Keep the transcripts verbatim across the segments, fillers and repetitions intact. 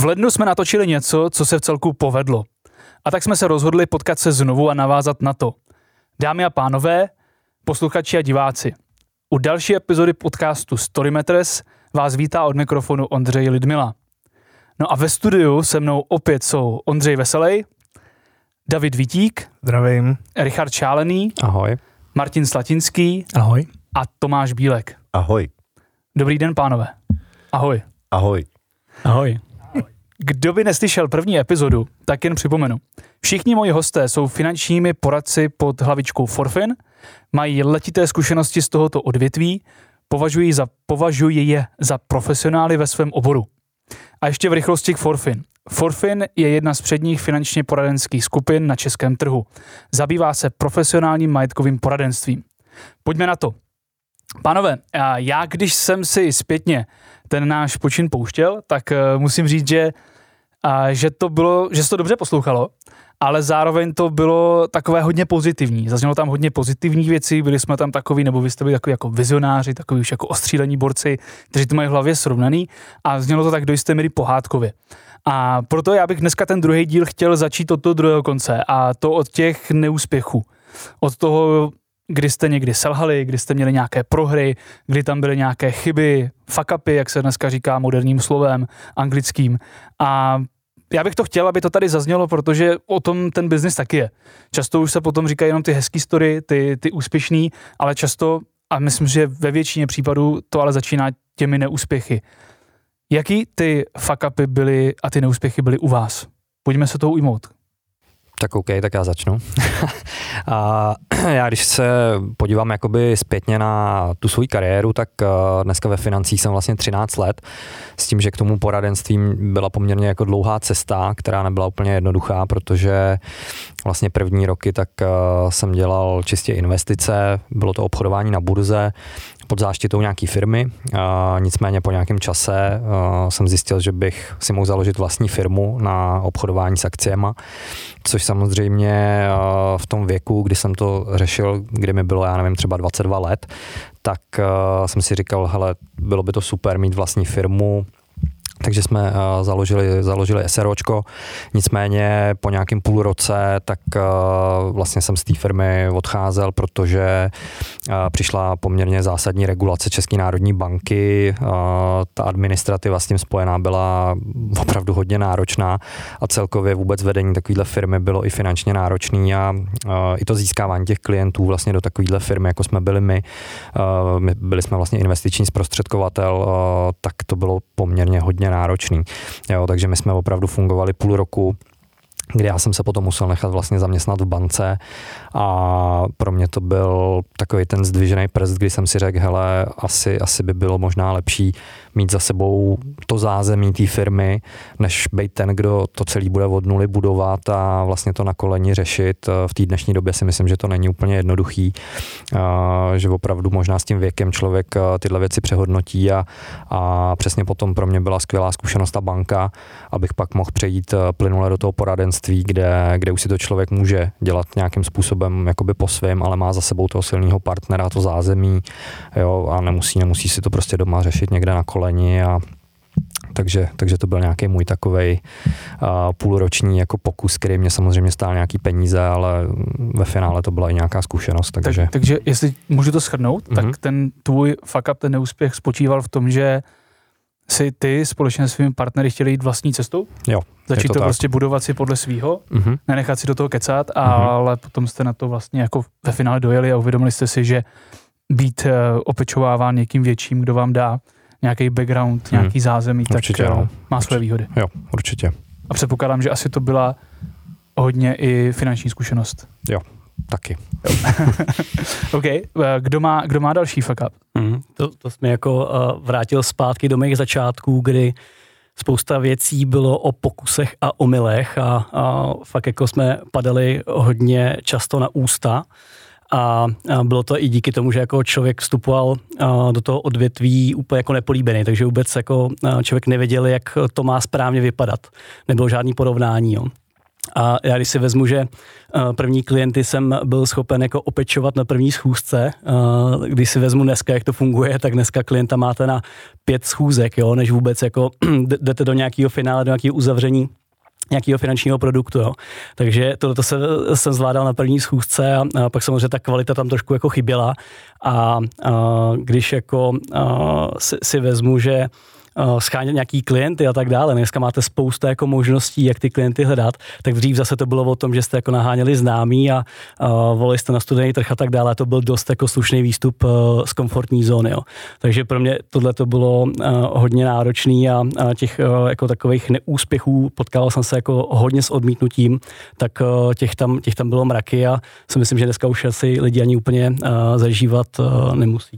V lednu jsme natočili něco, co se v celku povedlo. A tak jsme se rozhodli potkat se znovu a navázat na to. Dámy a pánové, posluchači a diváci, u další epizody podcastu Storymeters vás vítá od mikrofonu Ondřej Lidmila. No a ve studiu se mnou opět jsou Ondřej Veselej, David Vítík, zdravím, Richard Šálený, ahoj, Martin Slatinský, ahoj, a Tomáš Bílek. Ahoj. Dobrý den, pánové. Ahoj. Ahoj. Ahoj. Kdo by neslyšel první epizodu, tak jen připomenu. Všichni moji hosté jsou finančními poradci pod hlavičkou Forfin, mají letité zkušenosti z tohoto odvětví, považují, za, považují je za profesionály ve svém oboru. A ještě v rychlosti k Forfin. Forfin je jedna z předních finančně poradenských skupin na českém trhu. Zabývá se profesionálním majetkovým poradenstvím. Pojďme na to. Pánové, já když jsem si zpětně ten náš počin pouštěl, tak musím říct, že, že, to bylo, že se to dobře poslouchalo, ale zároveň to bylo takové hodně pozitivní. Zaznělo tam hodně pozitivních věcí, byli jsme tam takový, nebo vy jste byli takový jako vizionáři, takový už jako ostřílení borci, kteří to mají v hlavě srovnaný, a znělo to tak do jisté míry pohádkově. A proto já bych dneska ten druhý díl chtěl začít od toho druhého konce, a to od těch neúspěchů. Od toho, kdy jste někdy selhali, kdy jste měli nějaké prohry, kdy tam byly nějaké chyby, fuck upy, jak se dneska říká moderním slovem, anglickým. A já bych to chtěl, aby to tady zaznělo, protože o tom ten biznis taky je. Často už se potom říkají jenom ty hezký story, ty, ty úspěšný, ale často, a myslím, že ve většině případů to ale začíná těmi neúspěchy. Jaký ty fuck upy byly a ty neúspěchy byly u vás? Pojďme se toho ujmout. Tak OK, tak já začnu. A já když se podívám jakoby zpětně na tu svou kariéru, tak dneska ve financích jsem vlastně třináct let, s tím, že k tomu poradenství byla poměrně jako dlouhá cesta, která nebyla úplně jednoduchá, protože vlastně první roky tak jsem dělal čistě investice, bylo to obchodování na burze, pod záštitou nějaký firmy, a nicméně po nějakém čase a, jsem zjistil, že bych si mohl založit vlastní firmu na obchodování s akciema, což samozřejmě a, v tom věku, kdy jsem to řešil, kdy mi bylo, já nevím, třeba dvacet dva let, tak a, jsem si říkal, hele, bylo by to super mít vlastní firmu. Takže jsme uh, založili, založili SROčko, nicméně po nějakém půl roce tak uh, vlastně jsem z té firmy odcházel, protože uh, přišla poměrně zásadní regulace České národní banky, uh, ta administrativa s tím spojená byla opravdu hodně náročná a celkově vůbec vedení takovéhle firmy bylo i finančně náročný a uh, i to získávání těch klientů vlastně do takovéhle firmy, jako jsme byli my, uh, my byli jsme vlastně investiční zprostředkovatel, uh, tak to bylo poměrně hodně náročný. Jo, takže my jsme opravdu fungovali půl roku, kdy já jsem se potom musel nechat vlastně zaměstnat v bance a pro mě to byl takový ten zdvižený prst, kdy jsem si řekl, hele, asi, asi by bylo možná lepší mít za sebou to zázemí té firmy, než být ten, kdo to celý bude od nuly budovat a vlastně to na koleni řešit. V té dnešní době si myslím, že to není úplně jednoduchý, že opravdu možná s tím věkem člověk tyhle věci přehodnotí a, a přesně potom pro mě byla skvělá zkušenost ta banka, abych pak mohl přejít plynule do toho poradenství, kde, kde už si to člověk může dělat nějakým způsobem jakoby po svém, ale má za sebou toho silného partnera, to zázemí, jo, a nemusí, nemusí si to prostě doma řešit někde na koleni. A takže, takže to byl nějaký můj takovej uh, půlroční jako pokus, který mě samozřejmě stál nějaký peníze, ale ve finále to byla i nějaká zkušenost. Takže, tak, takže jestli můžu to shrnout, mm-hmm. tak ten tvůj fuck up, ten neúspěch spočíval v tom, že si ty společně s svými partnery chtěli jít vlastní cestou? Jo. Začít to, to prostě budovat si podle svýho, mm-hmm. nenechat si do toho kecat, mm-hmm. ale potom jste na to vlastně jako ve finále dojeli a uvědomili jste si, že být uh, opečováván někým větším, kdo vám dá nějaký background, hmm. nějaký zázemí, určitě, tak no. má své výhody. Jo, určitě. A předpokládám, že asi to byla hodně i finanční zkušenost. Jo, taky. Jo. OK, kdo má, kdo má další fuck up? Mm, to, to jsme jako uh, vrátil zpátky do mých začátků, kdy spousta věcí bylo o pokusech a omylech a, a fakt jako jsme padali hodně často na ústa. A bylo to i díky tomu, že jako člověk vstupoval do toho odvětví úplně jako nepolíbený, takže vůbec jako člověk nevěděl, jak to má správně vypadat. Nebylo žádný porovnání. Jo. A já když si vezmu, že první klienty jsem byl schopen jako opečovat na první schůzce, když si vezmu dneska, jak to funguje, tak dneska klienta máte na pět schůzek, jo, než vůbec jako jdete do nějakého finále, do nějakého uzavření nějakého finančního produktu, jo. Takže tohle se, jsem zvládal na první schůzce a, a pak samozřejmě ta kvalita tam trošku jako chyběla a, a když jako a, si, si vezmu, že schánět nějaký klienty a tak dále. Dneska máte spousta jako možností, jak ty klienty hledat, tak dřív zase to bylo o tom, že jste jako naháněli známí a, a volili jste na studený trh a tak dále. A to byl dost jako slušný výstup uh, z komfortní zóny. Jo. Takže pro mě tohle to bylo uh, hodně náročný a, a těch uh, jako takových neúspěchů potkal jsem se jako hodně s odmítnutím, tak uh, těch, tam, těch tam bylo mraky a si myslím, že dneska už asi lidi ani úplně uh, zažívat uh, nemusí.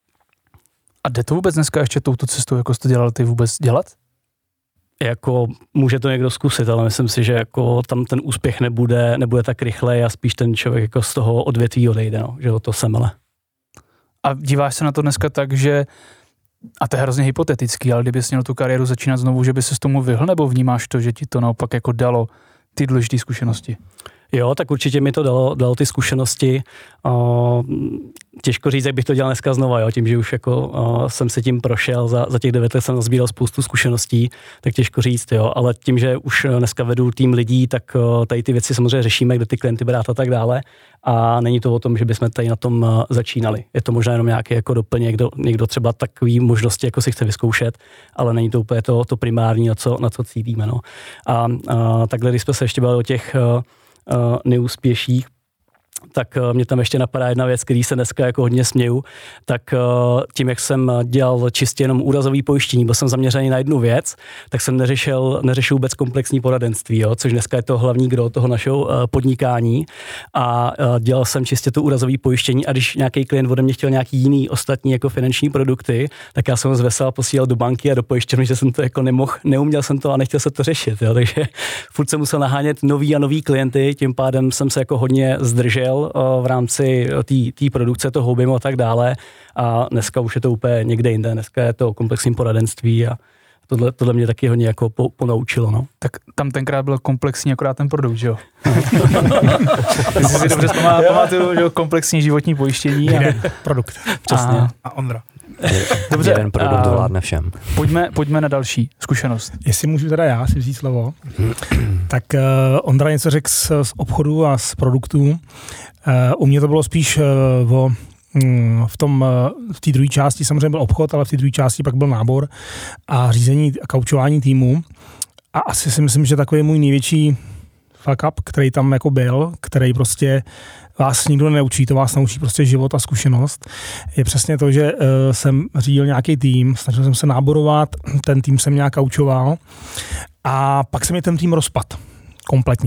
A jde to vůbec dneska ještě touto cestou, jako jste dělal ty, vůbec dělat? Jako může to někdo zkusit, ale myslím si, že jako tam ten úspěch nebude, nebude tak rychle a spíš ten člověk jako z toho odvětví odejde, no, že o to semele. A díváš se na to dneska tak, že, a to je hrozně hypotetický, ale kdybys měl tu kariéru začínat znovu, že by se s tomu vyhl, nebo vnímáš to, že ti to naopak jako dalo ty důležité zkušenosti? Jo, tak určitě mi to dalo, dalo ty zkušenosti. Uh, těžko říct, jak bych to dělal dneska znova, jo, tím, že už jako uh, jsem se tím prošel, za, za těch devět let jsem nazbíral spoustu zkušeností, tak těžko říct, jo, ale tím, že už dneska vedu tým lidí, tak uh, tady ty věci samozřejmě řešíme, kde ty klienty brát a tak dále a není to o tom, že bychom tady na tom uh, začínali. Je to možná jenom nějaký jako doplněk, někdo, někdo třeba takový možnosti, jako si chce vyzkoušet, ale není to úplně to, to primární, na co, na co cítíme, no. A uh, takhle, když jsme se ještě bavili o těch uh, Uh, neúspěších, tak uh, mě tam ještě napadá jedna věc, který se dneska jako hodně směju, tak uh, tím, jak jsem dělal čistě jenom úrazový pojištění, byl jsem zaměřený na jednu věc, tak jsem neřešil, neřešil vůbec komplexní poradenství, jo, což dneska je to hlavní gro toho našeho uh, podnikání a uh, dělal jsem čistě to úrazový pojištění a když nějaký klient ode mě chtěl nějaký jiný ostatní jako finanční produkty, tak já jsem ho zvesel, posílal do banky a do pojišťovny, že jsem to jako nemohl, neuměl jsem to a nechtěl se to řešit, jo, takže furt jsem musel nahánět nový a nový klienty, tím pádem jsem se jako hodně zdržel v rámci té produkce toho hobbymu a tak dále a dneska už je to úplně někde jinde, dneska je to komplexní poradenství a tohle, tohle mě taky hodně jako po, ponaučilo. No. Tak tam tenkrát byl komplexní akorát ten produkt, že jo? Jestli si dobře pamatuju, že jo, komplexní životní pojištění. A... produkt. Přesně. A, a Ondra. Dobře. Jeden produkt vládne všem. Pojďme, pojďme na další zkušenost. Jestli můžu teda já si vzít slovo, tak uh, Ondra něco řekl z, z obchodu a z produktů. Uh, u mě to bylo spíš uh, o, um, v tom, uh, v té druhé části samozřejmě byl obchod, ale v té druhé části pak byl nábor a řízení a kaučování týmu. A asi si myslím, že takový můj největší fuck up, který tam jako byl, který prostě vás nikdo neučí, to vás naučí prostě život a zkušenost, je přesně to, že uh, jsem řídil nějaký tým, snažil jsem se náborovat, ten tým jsem nějak kaučoval a pak se mi ten tým rozpad kompletně.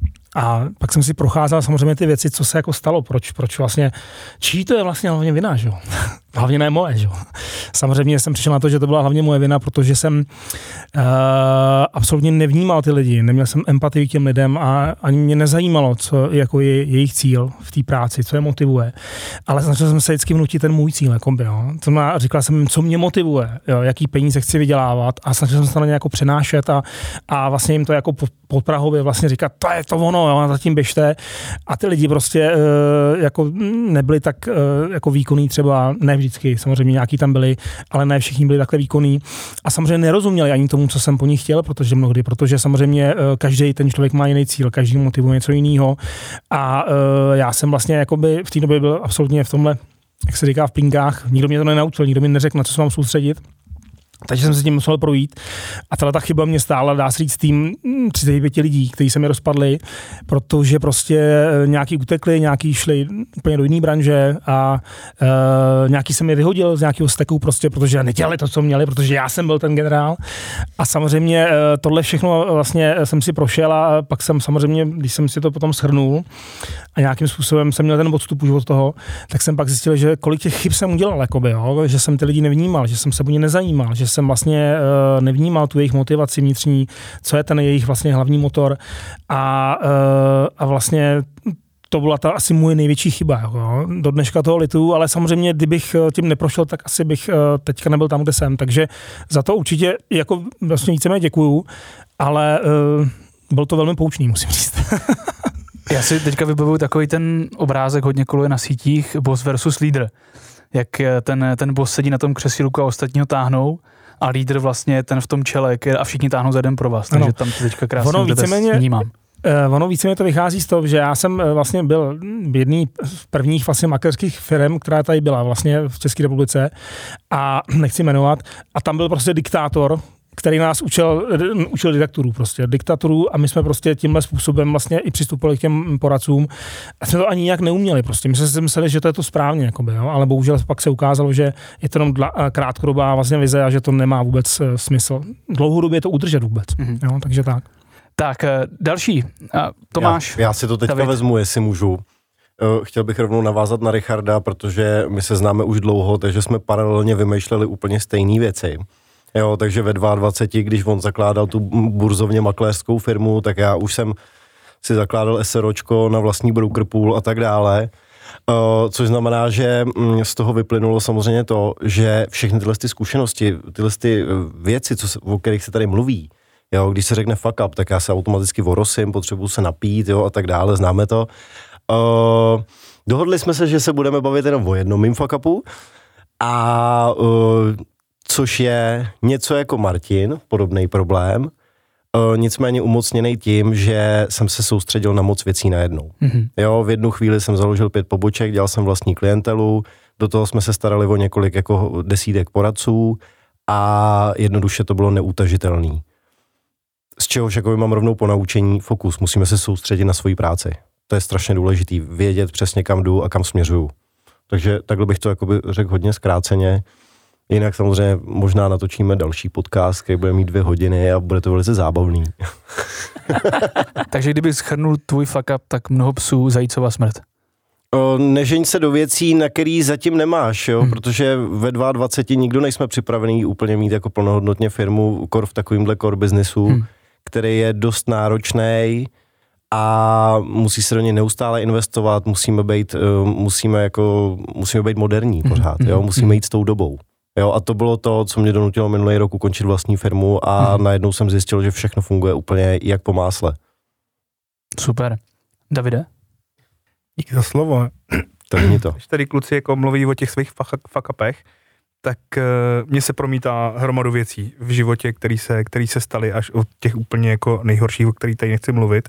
A pak jsem si procházel samozřejmě ty věci, co se jako stalo, proč, proč vlastně, čí to je vlastně hlavně vina, že jo? Hlavně ne moje, že jo? Samozřejmě jsem přišel na to, že to byla hlavně moje vina, protože jsem uh, absolutně nevnímal ty lidi, neměl jsem empatii k těm lidem a ani mě nezajímalo, co jako je jejich cíl v té práci, co je motivuje. Ale snažil jsem se vždycky vnutit ten můj cíl, jako by, jo? To má, říkal jsem jim, co mě motivuje, jo? Jaký peníze chci vydělávat a snažil jsem se na ně jako přenášet a, a vlastně jim to jako pod Prahově vlastně říkat, to je to ono, jo, zatím běžte. A ty lidi prostě uh, jako nebyli tak uh, jako výkonní třeba, ne vždycky, samozřejmě nějaký tam byli, ale ne všichni byli takhle výkonní. A samozřejmě nerozuměli ani tomu, co jsem po nich chtěl, protože mnohdy, protože samozřejmě uh, každý ten člověk má jiný cíl, každý motivuje něco jiného. A uh, já jsem vlastně jakoby v té době byl absolutně v tomhle, jak se říká, v plinkách, nikdo mě to nenaučil, nikdo mi neřekl, na co se mám soustředit. Takže jsem se tím musel projít a tato ta chyba mě stála, dá se říct, tým třicet pět lidí, kteří se mi rozpadli, protože prostě nějaký utekli, nějaký šli úplně do jiné branže a uh, nějaký se mi vyhodil z nějakého steku prostě, protože nedělali to, co měli, protože já jsem byl ten generál a samozřejmě uh, tohle všechno vlastně jsem si prošel a pak jsem samozřejmě, když jsem si to potom shrnul a nějakým způsobem jsem měl ten odstup už od toho, tak jsem pak zjistil, že kolik těch chyb jsem udělal, jakoby, jo? Že jsem ty lidi nevnímal, že jsem se o ně nezajímal, že jsem vlastně uh, nevnímal tu jejich motivaci vnitřní, co je ten jejich vlastně hlavní motor a, uh, a vlastně to byla ta asi moje největší chyba. Jo. Do dneška toho lituju, ale samozřejmě, kdybych tím neprošel, tak asi bych uh, teďka nebyl tam, kde jsem. Takže za to určitě jako vlastně víceméně děkuju, ale uh, Byl to velmi poučný, musím říct. Já si teďka vybavuju takový ten obrázek, hodně koluje na sítích, boss versus lídr. Jak ten, ten boss sedí na tom křesílku a ostatní ho táhnou a lídr vlastně ten v tom čele a všichni táhnou za jeden pro vás. Takže ano. Tam to teďka krásně vnímám. Uh, ono víceméně to vychází z toho, že já jsem uh, vlastně byl jedný z prvních vlastně makléřských firm, která tady byla vlastně v České republice a nechci jmenovat a tam byl prostě diktátor, který nás učil, učil diktaturu prostě, diktaturu a my jsme prostě tímhle způsobem vlastně i přistupovali k těm poradcům a jsme to ani nějak neuměli prostě, my jsme si mysleli, že to je to správně, jakoby, jo? Ale bohužel pak se ukázalo, že je to jenom dla, krátkodobá vlastně vize a že to nemá vůbec uh, smysl. Dlouhodobě to udržet vůbec, mm-hmm. jo? Takže tak. Tak, další. Tomáš. Já, já si to teďka David. vezmu, jestli můžu. Chtěl bych rovnou navázat na Richarda, protože my se známe už dlouho, takže jsme paralelně vymýšleli úplně stejné věci. Jo, takže ve dvaceti dvou, když on zakládal tu burzovně makléřskou firmu, tak já už jsem si zakládal SROčko na vlastní broker pool a tak dále. Uh, což znamená, že z toho vyplynulo samozřejmě to, že všechny tyhle ty zkušenosti, tyhle ty věci, co se, o kterých se tady mluví, jo, když se řekne fuck up, tak já se automaticky vorosím, potřebuji se napít, jo, a tak dále, známe to. Uh, dohodli jsme se, že se budeme bavit jenom o jednom mým fuck upu, a uh, což je něco jako Martin, podobný problém, uh, nicméně umocněný tím, že jsem se soustředil na moc věcí najednou. Mm-hmm. Jo, v jednu chvíli jsem založil pět poboček, dělal jsem vlastní klientelu, do toho jsme se starali o několik jako desítek poradců a jednoduše to bylo neutažitelný. Z čehož jako mám rovnou po naučení fokus, musíme se soustředit na svoji práci. To je strašně důležitý, vědět přesně kam jdu a kam směřuju. Takže takhle bych to jakoby řekl hodně zkráceně. Jinak samozřejmě možná natočíme další podcast, který bude mít dvě hodiny a bude to velice zábavný. Takže kdyby shrnul tvůj fuck up, tak mnoho psů, zajícova smrt. O, nežeň se do věcí, na který zatím nemáš, jo? Hmm. Protože ve dvaceti dvou nikdo nejsme připravený úplně mít jako plnohodnotně firmu kor v takovýmhle core businessu, hmm. který je dost náročný a musí se do něj neustále investovat, musíme být, musíme jako, musíme být moderní pořád, jo? Musíme jít s tou dobou. Jo, a to bylo to, co mě donutilo minulý rok ukončit vlastní firmu a hmm. najednou jsem zjistil, že všechno funguje úplně jak po másle. Super. Davide? Díky za slovo. To není to. Když tady kluci jako mluví o těch svých fuck upech, tak uh, mně se promítá hromadu věcí v životě, který se, který se staly až od těch úplně jako nejhorších, o kterých tady nechci mluvit,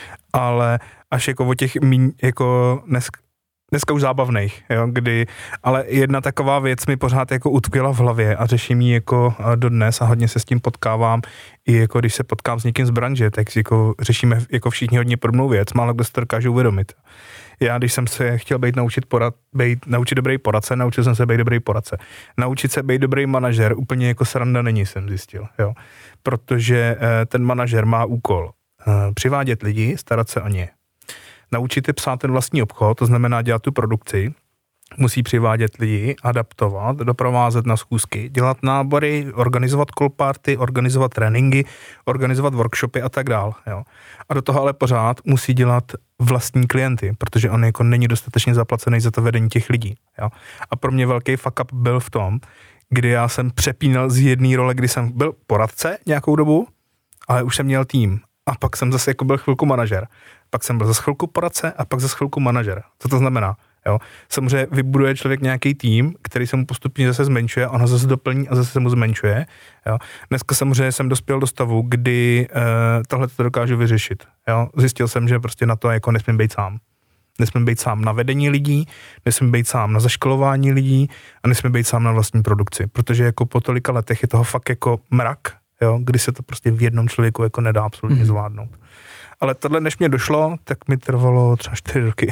ale až jako o těch míň, jako dnes, dneska už zábavných, jo, kdy, ale jedna taková věc mi pořád jako utkvěla v hlavě a řeším ji jako dodnes a hodně se s tím potkávám, i jako když se potkám s někým z branže, tak jako řešíme jako všichni hodně podobnou věc, málo kdo se to dokáže uvědomit. Já, když jsem se chtěl být naučit, porad, být, naučit dobrý poradce, naučil jsem se být dobrý poradce. Naučit se být dobrý manažer úplně jako sranda není, jsem zjistil, jo. Protože eh, ten manažer má úkol eh, přivádět lidi, starat se o ně. Naučit je psát ten vlastní obchod, to znamená dělat tu produkci, musí přivádět lidi, adaptovat, doprovázet na schůzky, dělat nábory, organizovat call party, organizovat tréninky, organizovat workshopy a tak dál. Jo. A do toho ale pořád musí dělat vlastní klienty, protože on jako není dostatečně zaplacený za to vedení těch lidí. Jo. A pro mě velký fuck up byl v tom, kdy já jsem přepínal z jedné role, kdy jsem byl poradce nějakou dobu, ale už jsem měl tým. A pak jsem zase jako byl chvilku manažer. Pak jsem byl zase chvilku poradce a pak zase chvilku manažer. Co to znamená? Jo? Samozřejmě vybuduje člověk nějaký tým, který se mu postupně zase zmenšuje, ono zase doplní a zase se mu zmenšuje. Jo? Dneska samozřejmě jsem dospěl do stavu, kdy uh, tohle to dokážu vyřešit. Jo? Zjistil jsem, že prostě na to jako nesmím být sám. Nesmím být sám na vedení lidí, nesmím být sám na zaškolování lidí a nesmím být sám na vlastní produkci, protože jako po tolika letech je toho fakt jako mrak, jo? Kdy se to prostě v jednom člověku jako nedá absolutně mm. zvládnout. Ale tohle, než mě došlo, tak mi trvalo třeba čtyři roky.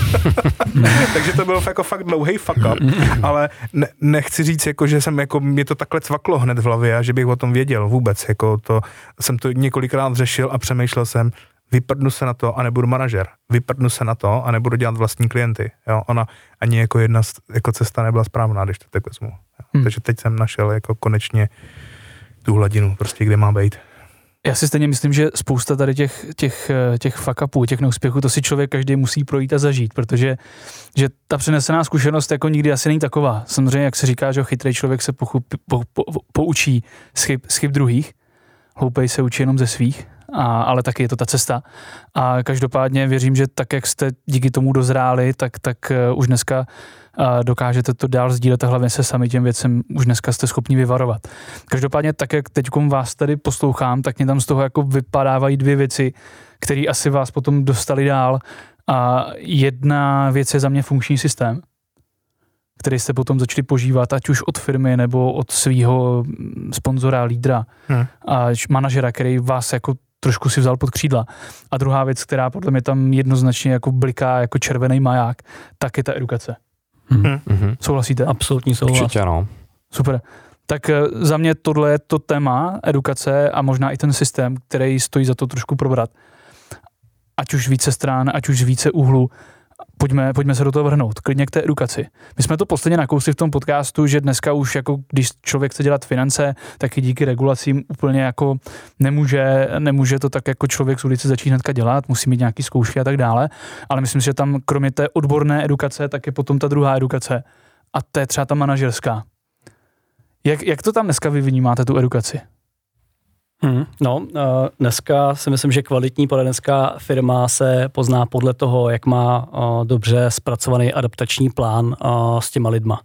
Takže to byl jako fakt dlouhý fuck up. Ale ne, nechci říct, jako, že jsem, jako, mě to takhle cvaklo hned v hlavě a že bych o tom věděl vůbec. Jako to, jsem to několikrát řešil a přemýšlel jsem, vyprdnu se na to a nebudu manažer. Vyprdnu se na to a nebudu dělat vlastní klienty. Jo? Ona ani jako jedna jako cesta nebyla správná, když to tak vezmu. Hmm. Takže teď jsem našel jako konečně tu hladinu, prostě kde má být. Já si stejně myslím, že spousta tady těch, těch, těch fuck upů, těch neúspěchů, to si člověk každý musí projít a zažít, protože že ta přenesená zkušenost jako nikdy asi není taková. Samozřejmě, jak se říká, že chytrý člověk se pochup, po, po, poučí z chyb, z chyb druhých, hloupej se učí jenom ze svých a, ale taky je to ta cesta. A každopádně věřím, že tak, jak jste díky tomu dozráli, tak, tak uh, už dneska uh, dokážete to dál sdílet a hlavně se sami těm věcem už dneska jste schopni vyvarovat. Každopádně tak, jak teď vás tady poslouchám, tak mě tam z toho jako vypadávají dvě věci, které asi vás potom dostali dál. A jedna věc je za mě funkční systém, který jste potom začali požívat, ať už od firmy nebo od svého sponzora, lídra hmm. a manažera, který vás jako trošku si vzal pod křídla. A druhá věc, která podle mě tam jednoznačně jako bliká jako červený maják, tak je ta edukace. Hmm. Hmm. Souhlasíte? Absolutní souhlas. Určitě, no. Super. Tak za mě tohle je to téma, edukace a možná i ten systém, který stojí za to trošku probrat. Ať už více stran, ať už více úhlu. Pojďme, pojďme se do toho vrhnout, klidně k té edukaci. My jsme to posledně nakousli v tom podcastu, že dneska už jako když člověk chce dělat finance, tak i díky regulacím úplně jako nemůže, nemůže to tak jako člověk z ulice začít hnedka dělat, musí mít nějaký zkoušky a tak dále, ale myslím si, že tam kromě té odborné edukace, tak je potom ta druhá edukace a to je třeba ta manažerská. Jak, jak to tam dneska vy vnímáte tu edukaci? Hmm, no, dneska si myslím, že kvalitní poradenská firma se pozná podle toho, jak má dobře zpracovaný adaptační plán s těma lidma.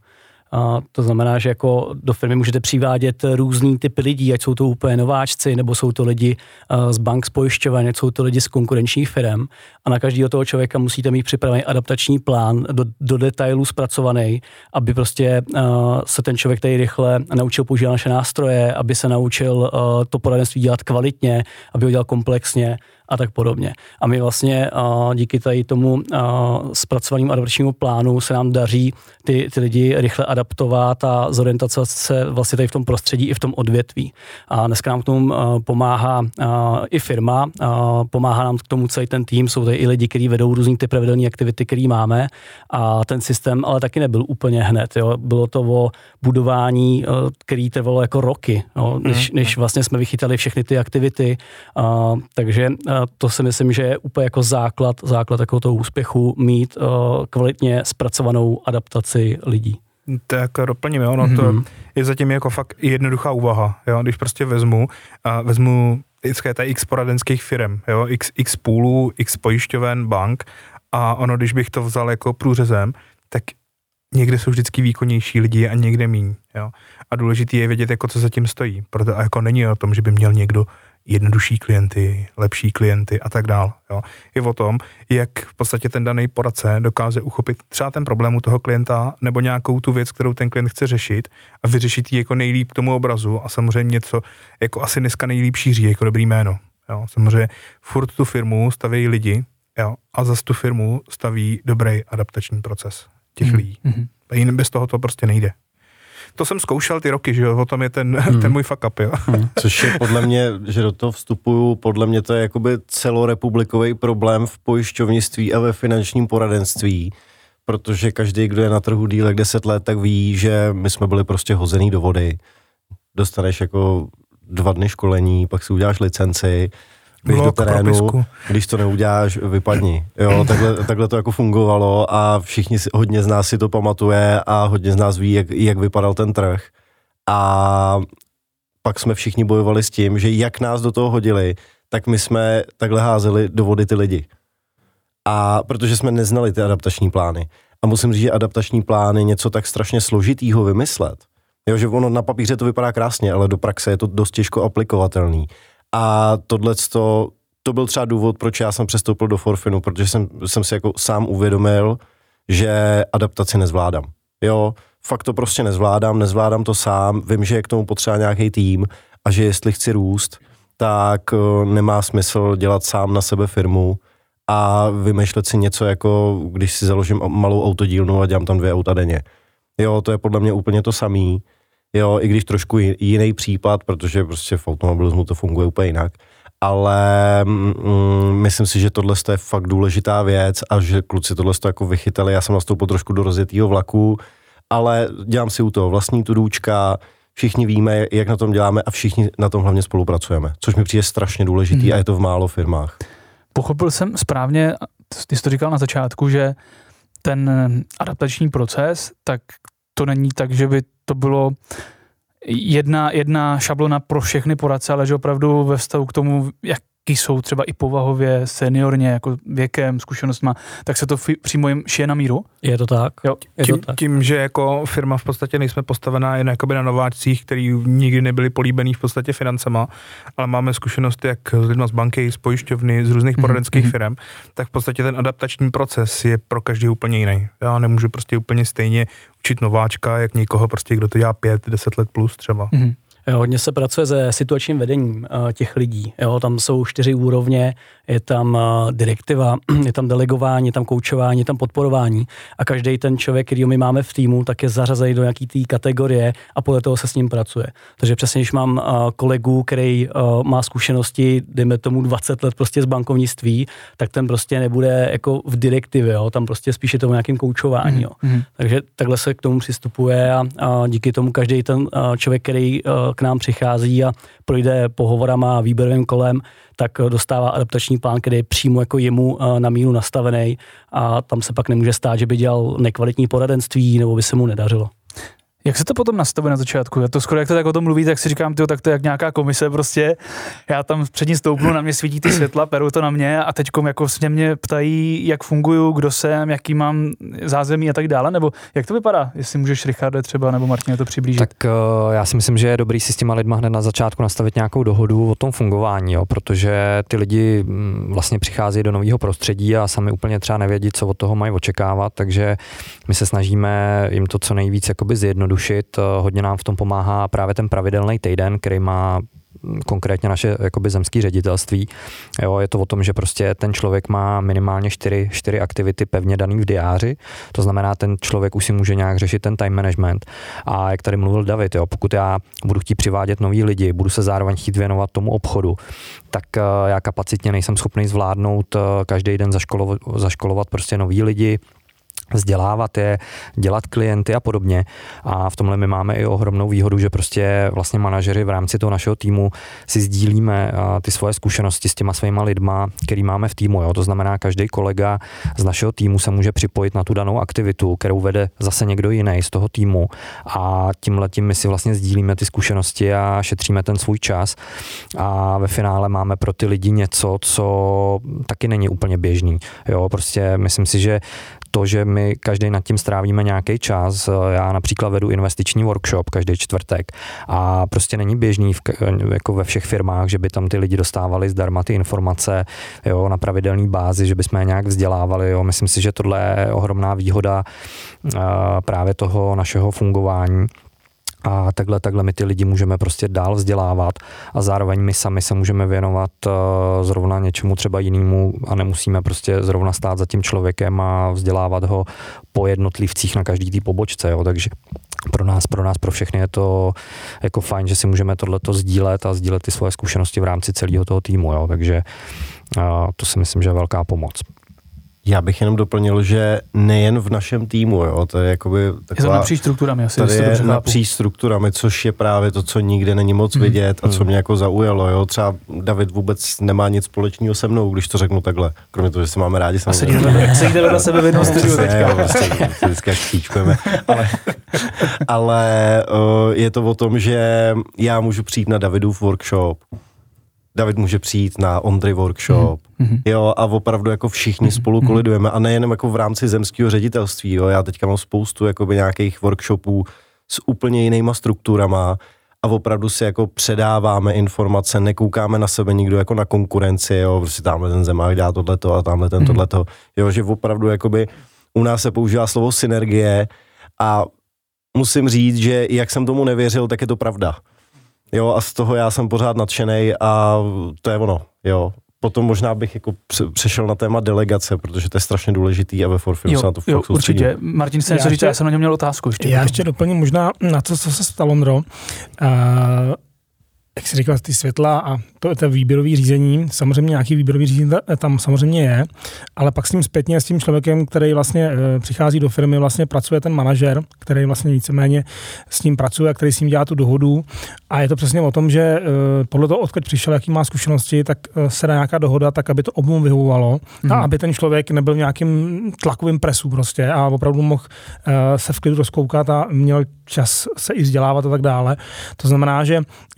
A to znamená, že jako do firmy můžete přivádět různý typy lidí, ať jsou to úplně nováčci, nebo jsou to lidi z bank, z pojišťoven, ať jsou to lidi z konkurenčních firm. A na každého toho člověka musíte mít připravený adaptační plán do, do detailů zpracovaný, aby prostě uh, se ten člověk tady rychle naučil používat naše nástroje, aby se naučil uh, to poradenství dělat kvalitně, aby ho dělal komplexně a tak podobně. A my vlastně uh, díky tady tomu uh, zpracovanému adaptačnímu plánu se nám daří ty, ty lidi rychle adaptovat a zorientovat se vlastně tady v tom prostředí i v tom odvětví. A dneska nám k tomu uh, pomáhá uh, i firma, uh, pomáhá nám k tomu celý ten tým, jsou tady i lidi, kteří vedou různý ty pravidelné aktivity, které máme a ten systém ale taky nebyl úplně hned. Jo. Bylo to o budování, uh, který trvalo jako roky, jo, než, než vlastně jsme vychytali všechny ty aktivity, uh, takže uh, to si myslím, že je úplně jako základ, základ jako toho úspěchu mít uh, kvalitně zpracovanou adaptaci lidí. Tak doplním, jo, no mm-hmm. to je zatím jako fakt jednoduchá úvaha, jo, když prostě vezmu a vezmu tady x poradenských firm, jo, x, x půlů, x pojišťoven, bank a ono, když bych to vzal jako průřezem, tak někde jsou vždycky výkonnější lidi a někde míň, jo. A důležitý je vědět, jako co za tím stojí, proto a jako není o tom, že by měl někdo jednodušší klienty, lepší klienty a tak dál. Jo. Je o tom, jak v podstatě ten daný poradce dokáže uchopit třeba ten problém u toho klienta nebo nějakou tu věc, kterou ten klient chce řešit a vyřešit ji jako nejlíp k tomu obrazu a samozřejmě něco, jako asi dneska nejlíp šíří, jako dobrý jméno. Jo. Samozřejmě furt tu firmu staví lidi, jo, a zas tu firmu staví dobrý adaptační proces těch lidí. Mm-hmm. Bez toho to prostě nejde. To jsem zkoušel ty roky, že jo, o tom je ten, hmm. ten můj fuck up, jo. Hmm. Což je podle mě, že do toho vstupuju, podle mě to je jakoby celorepublikový problém v pojišťovnictví a ve finančním poradenství, protože každý, kdo je na trhu díl deset let, tak ví, že my jsme byli prostě hozený do vody. Dostaneš jako dva dny školení, pak si uděláš licenci, běž do terénu, propisku. Když to neuděláš, vypadni. Jo, takhle, takhle to jako fungovalo a všichni, si, hodně z nás si to pamatuje a hodně z nás ví, jak, jak vypadal ten trh. A pak jsme všichni bojovali s tím, že jak nás do toho hodili, tak my jsme takhle házeli do vody ty lidi. A protože jsme neznali ty adaptační plány. A musím říct, že adaptační plán je něco tak strašně složitýho vymyslet. Jo, že ono na papíře to vypadá krásně, ale do praxe je to dost těžko aplikovatelný. A tohleto, to byl třeba důvod, proč já jsem přestoupil do Forfinu, protože jsem, jsem si jako sám uvědomil, že adaptaci nezvládám. Jo, fakt to prostě nezvládám, nezvládám to sám, vím, že je k tomu potřeba nějaký tým a že jestli chci růst, tak nemá smysl dělat sám na sebe firmu a vymýšlet si něco jako, když si založím malou autodílnu a dělám tam dvě auta denně. Jo, to je podle mě úplně to samý. Jo, i když trošku jiný případ, protože prostě v automobilismu to funguje úplně jinak, ale mm, myslím si, že tohle je fakt důležitá věc a že kluci tohle jako vychytali, já jsem nastoupil trošku do rozjetýho vlaku, ale dělám si u toho vlastní tudůčka, všichni víme, jak na tom děláme a všichni na tom hlavně spolupracujeme, což mi přijde strašně důležitý hmm. a je to v málo firmách. Pochopil jsem správně, ty jsi to říkal na začátku, že ten adaptační proces, tak to není tak, že by to bylo jedna, jedna šablona pro všechny poradce, ale že opravdu ve vztahu k tomu, jak, jaký jsou třeba i povahově, seniorně, jako věkem, zkušenostma, tak se to fi, přímo jim šije na míru? Je to tak. Jo. Je tím, to tak. tím, že jako firma v podstatě nejsme postavená jen jakoby na nováčcích, který nikdy nebyli políbený v podstatě financema, ale máme zkušenosti jak s lidma z banky, z pojišťovny, z různých poradenských mm-hmm. firm, tak v podstatě ten adaptační proces je pro každý úplně jiný. Já nemůžu prostě úplně stejně učit nováčka, jak někoho prostě, kdo to dělá pět, deset let plus třeba. Mm-hmm. Jo, hodně se pracuje se situačním vedením uh, těch lidí. Jo, tam jsou čtyři úrovně, je tam uh, direktiva, je tam delegování, je tam koučování, je tam podporování a každý ten člověk, který my máme v týmu, tak je zařazený do nějaký té kategorie a podle toho se s ním pracuje. Takže přesně, když mám uh, kolegu, který uh, má zkušenosti, dejme tomu dvacet let prostě z bankovnictví, tak ten prostě nebude jako v direktivě, jo, tam prostě spíš je to o nějakém koučování. Jo. Mm-hmm. Takže takhle se k tomu přistupuje a, a díky tomu každý ten uh, člověk, který uh, k nám přichází a projde pohovorama a výběrovým kolem, tak dostává adaptační plán, který je přímo jako jemu na míru nastavený a tam se pak nemůže stát, že by dělal nekvalitní poradenství nebo by se mu nedařilo. Jak se to potom nastavuje na začátku? Já to skoro, jak to tak o tom mluví, tak si říkám, tyjo, tak to je jak nějaká komise prostě. Já tam před ní stoupnu, na mě svítí ty světla, perou to na mě a teďkom jako se mě ptají, jak funguju, kdo jsem, jaký mám zázemí a tak dále, nebo jak to vypadá? Jestli můžeš, Richarde, třeba, nebo Martine, to přiblížit. Tak uh, já si myslím, že je dobrý si s těma lidma hned na začátku nastavit nějakou dohodu o tom fungování, jo, protože ty lidi vlastně přicházejí do nového prostředí a sami úplně třeba nevědí, co od toho mají očekávat, takže my se snažíme jim to co nejvíc jakoby zjednodušit. Hodně nám v tom pomáhá právě ten pravidelný týden, který má konkrétně naše jakoby zemské ředitelství. Jo, je to o tom, že prostě ten člověk má minimálně čtyři, čtyři aktivity pevně daný v diáři, to znamená, ten člověk už si může nějak řešit ten time management. A jak tady mluvil David, jo, pokud já budu chtít přivádět nový lidi, budu se zároveň chtít věnovat tomu obchodu, tak uh, já kapacitně nejsem schopný zvládnout uh, každý den zaškolovat, zaškolovat prostě nový lidi, vzdělávat je, dělat klienty a podobně. A v tomhle my máme i ohromnou výhodu, že prostě vlastně manažeři v rámci toho našeho týmu si sdílíme ty svoje zkušenosti s těma svýma lidma, který máme v týmu. Jo. To znamená, každý kolega z našeho týmu se může připojit na tu danou aktivitu, kterou vede zase někdo jiný z toho týmu. A tímhletím my si vlastně sdílíme ty zkušenosti a šetříme ten svůj čas. A ve finále máme pro ty lidi něco, co taky není úplně běžný. Jo, prostě myslím si, že to, že my každý nad tím strávíme nějaký čas, já například vedu investiční workshop každý čtvrtek a prostě není běžný v, jako ve všech firmách, že by tam ty lidi dostávali zdarma ty informace, jo, na pravidelné bázi, že bychom je nějak vzdělávali. Jo. Myslím si, že tohle je ohromná výhoda uh, právě toho našeho fungování. A takhle, takhle my ty lidi můžeme prostě dál vzdělávat a zároveň my sami se můžeme věnovat uh, zrovna něčemu třeba jinému a nemusíme prostě zrovna stát za tím člověkem a vzdělávat ho po jednotlivcích na každý té pobočce. Jo. Takže pro nás, pro nás, pro všechny je to jako fajn, že si můžeme tohleto sdílet a sdílet ty svoje zkušenosti v rámci celého toho týmu. Jo. Takže uh, to si myslím, že je velká pomoc. Já bych jenom doplnil, že nejen v našem týmu, jo, to je jakoby taková... Je to napříč strukturami, asi. Tady je napříč strukturami, což je právě to, co nikde není moc mm. vidět a co mě jako zaujalo, jo. Třeba David vůbec nemá nic společného se mnou, když to řeknu takhle, kromě toho, že se máme rádi samozřejmě. A sedíte vedle sebe v jednom studiu teďka. Jo, prostě vždycky jak stříčkujeme. Ale, ale uh, je to o tom, že já můžu přijít na Davidův workshop, David může přijít na Ondry workshop, mm-hmm. jo, a opravdu jako všichni spolu kolidujeme a nejenom jako v rámci zemského ředitelství, jo, já teďka mám spoustu jakoby nějakých workshopů s úplně jinýma strukturama a opravdu si jako předáváme informace, nekoukáme na sebe nikdo jako na konkurenci, jo, prostě tamhle ten Zemák dělá tohleto a tamhle ten mm-hmm. tohleto, jo, že opravdu jakoby u nás se používá slovo synergie a musím říct, že jak jsem tomu nevěřil, tak je to pravda. Jo, a z toho já jsem pořád nadšenej a to je ono, jo. Potom možná bych jako přešel na téma delegace, protože to je strašně důležitý a ve Forfinu se na to fakt soustředím. Určitě. Martin se něco říct, já jsem na něm měl otázku ještě. Já ještě doplním možná na to, co se stalo, Ondro. Uh, jak jsi říkal, ty světla a to, to výběrový řízení, samozřejmě nějaký výběrový řízení tam samozřejmě je, ale pak s tím zpětně, s tím člověkem, který vlastně e, přichází do firmy, vlastně pracuje ten manažer, který vlastně víceméně s ním pracuje a který s ním dělá tu dohodu a je to přesně o tom, že e, podle toho, odkud přišel, jaký má zkušenosti, tak e, se dá nějaká dohoda, tak aby to obou vyhovovalo mm. a aby ten člověk nebyl v nějakým tlakovým presu prostě a opravdu mohl e, se v klidu rozkoukat a měl čas se i vzdělávat a tak dále. To znamená, že je to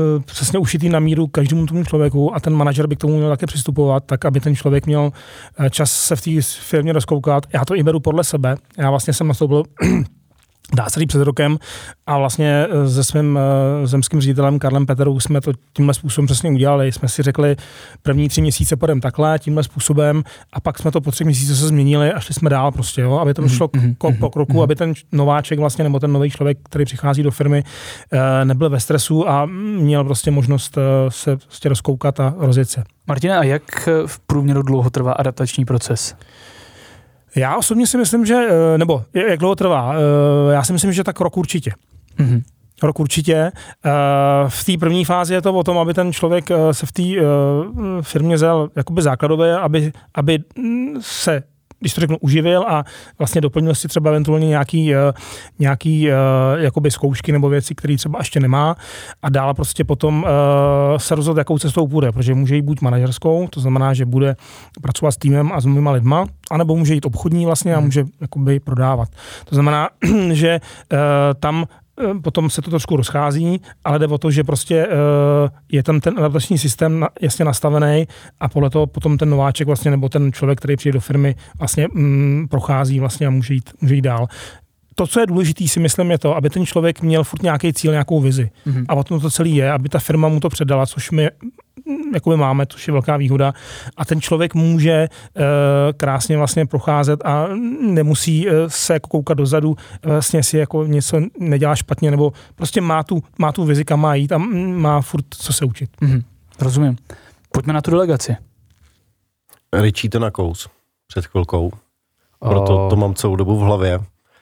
přesně ušitý na míru každému tomu člověku a ten manažer by k tomu měl také přistupovat, tak aby ten člověk měl čas se v té firmě rozkoukat. Já to i beru podle sebe. Já vlastně jsem nastoupil dá se říct před rokem a vlastně se svým zemským ředitelem Karlem Peterou jsme to tímhle způsobem přesně udělali. Jsme si řekli, první tři měsíce půjdeme takhle, tímhle způsobem a pak jsme to po třech měsících se změnili a šli jsme dál prostě, jo, aby to šlo krok po kroku, aby ten nováček vlastně nebo ten nový člověk, který přichází do firmy, nebyl ve stresu a měl prostě možnost se prostě rozkoukat a rozjet se. Martina, a jak v průměru dlouho trvá adaptační proces? Já osobně si myslím, že, nebo jak dlouho trvá, já si myslím, že tak rok určitě. Mm-hmm. Rok určitě. V té první fázi je to o tom, aby ten člověk se v té firmě vzal jakoby základové, aby, aby se, když to řeknu, uživil a vlastně doplnil si třeba eventuálně nějaký, nějaký jakoby zkoušky nebo věci, které třeba ještě nemá a dále prostě potom se rozhodl, jakou cestou půjde, protože může jít buď manažerskou, to znamená, že bude pracovat s týmem a s mnohýma lidma, anebo může jít obchodní vlastně a může jakoby prodávat. To znamená, že tam potom se to trošku rozchází, ale jde o to, že prostě je tam ten adaptační systém jasně nastavený a podle toho potom ten nováček vlastně, nebo ten člověk, který přijde do firmy, vlastně mm, prochází vlastně a může jít, může jít dál. To, co je důležité, si myslím, je to, aby ten člověk měl furt nějaký cíl, nějakou vizi. Mm-hmm. A o tom to celé je, aby ta firma mu to předala, což my jakoby máme, což je velká výhoda. A ten člověk může e, krásně vlastně procházet a nemusí e, se jako koukat dozadu, vlastně si jako něco nedělá špatně, nebo prostě má tu, má tu vizi, kam má jít a má furt co se učit. Mm-hmm. Rozumím. Pojďme na tu delegaci. Richie to nakous před chvilkou, proto to mám celou dobu v hlavě.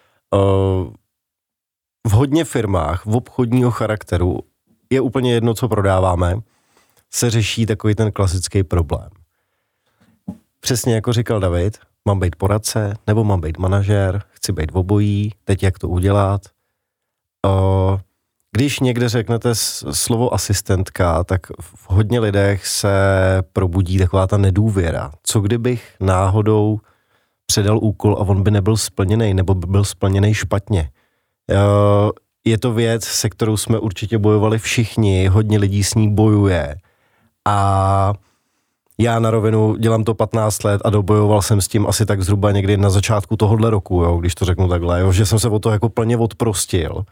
V hodně firmách v obchodního charakteru je úplně jedno, co prodáváme, se řeší takový ten klasický problém. Přesně jako říkal David, mám být poradce, nebo mám být manažer, chci být v obojí, teď jak to udělat. Když někde řeknete slovo asistentka, tak v hodně lidech se probudí taková ta nedůvěra. Co kdybych náhodou předal úkol a on by nebyl splněný, nebo by byl splněný špatně. Je to věc, se kterou jsme určitě bojovali všichni, hodně lidí s ní bojuje a já na rovinu dělám to patnáct let a dobojoval jsem s tím asi tak zhruba někdy na začátku tohohle roku, jo, když to řeknu takhle, jo, že jsem se o to jako plně odprostil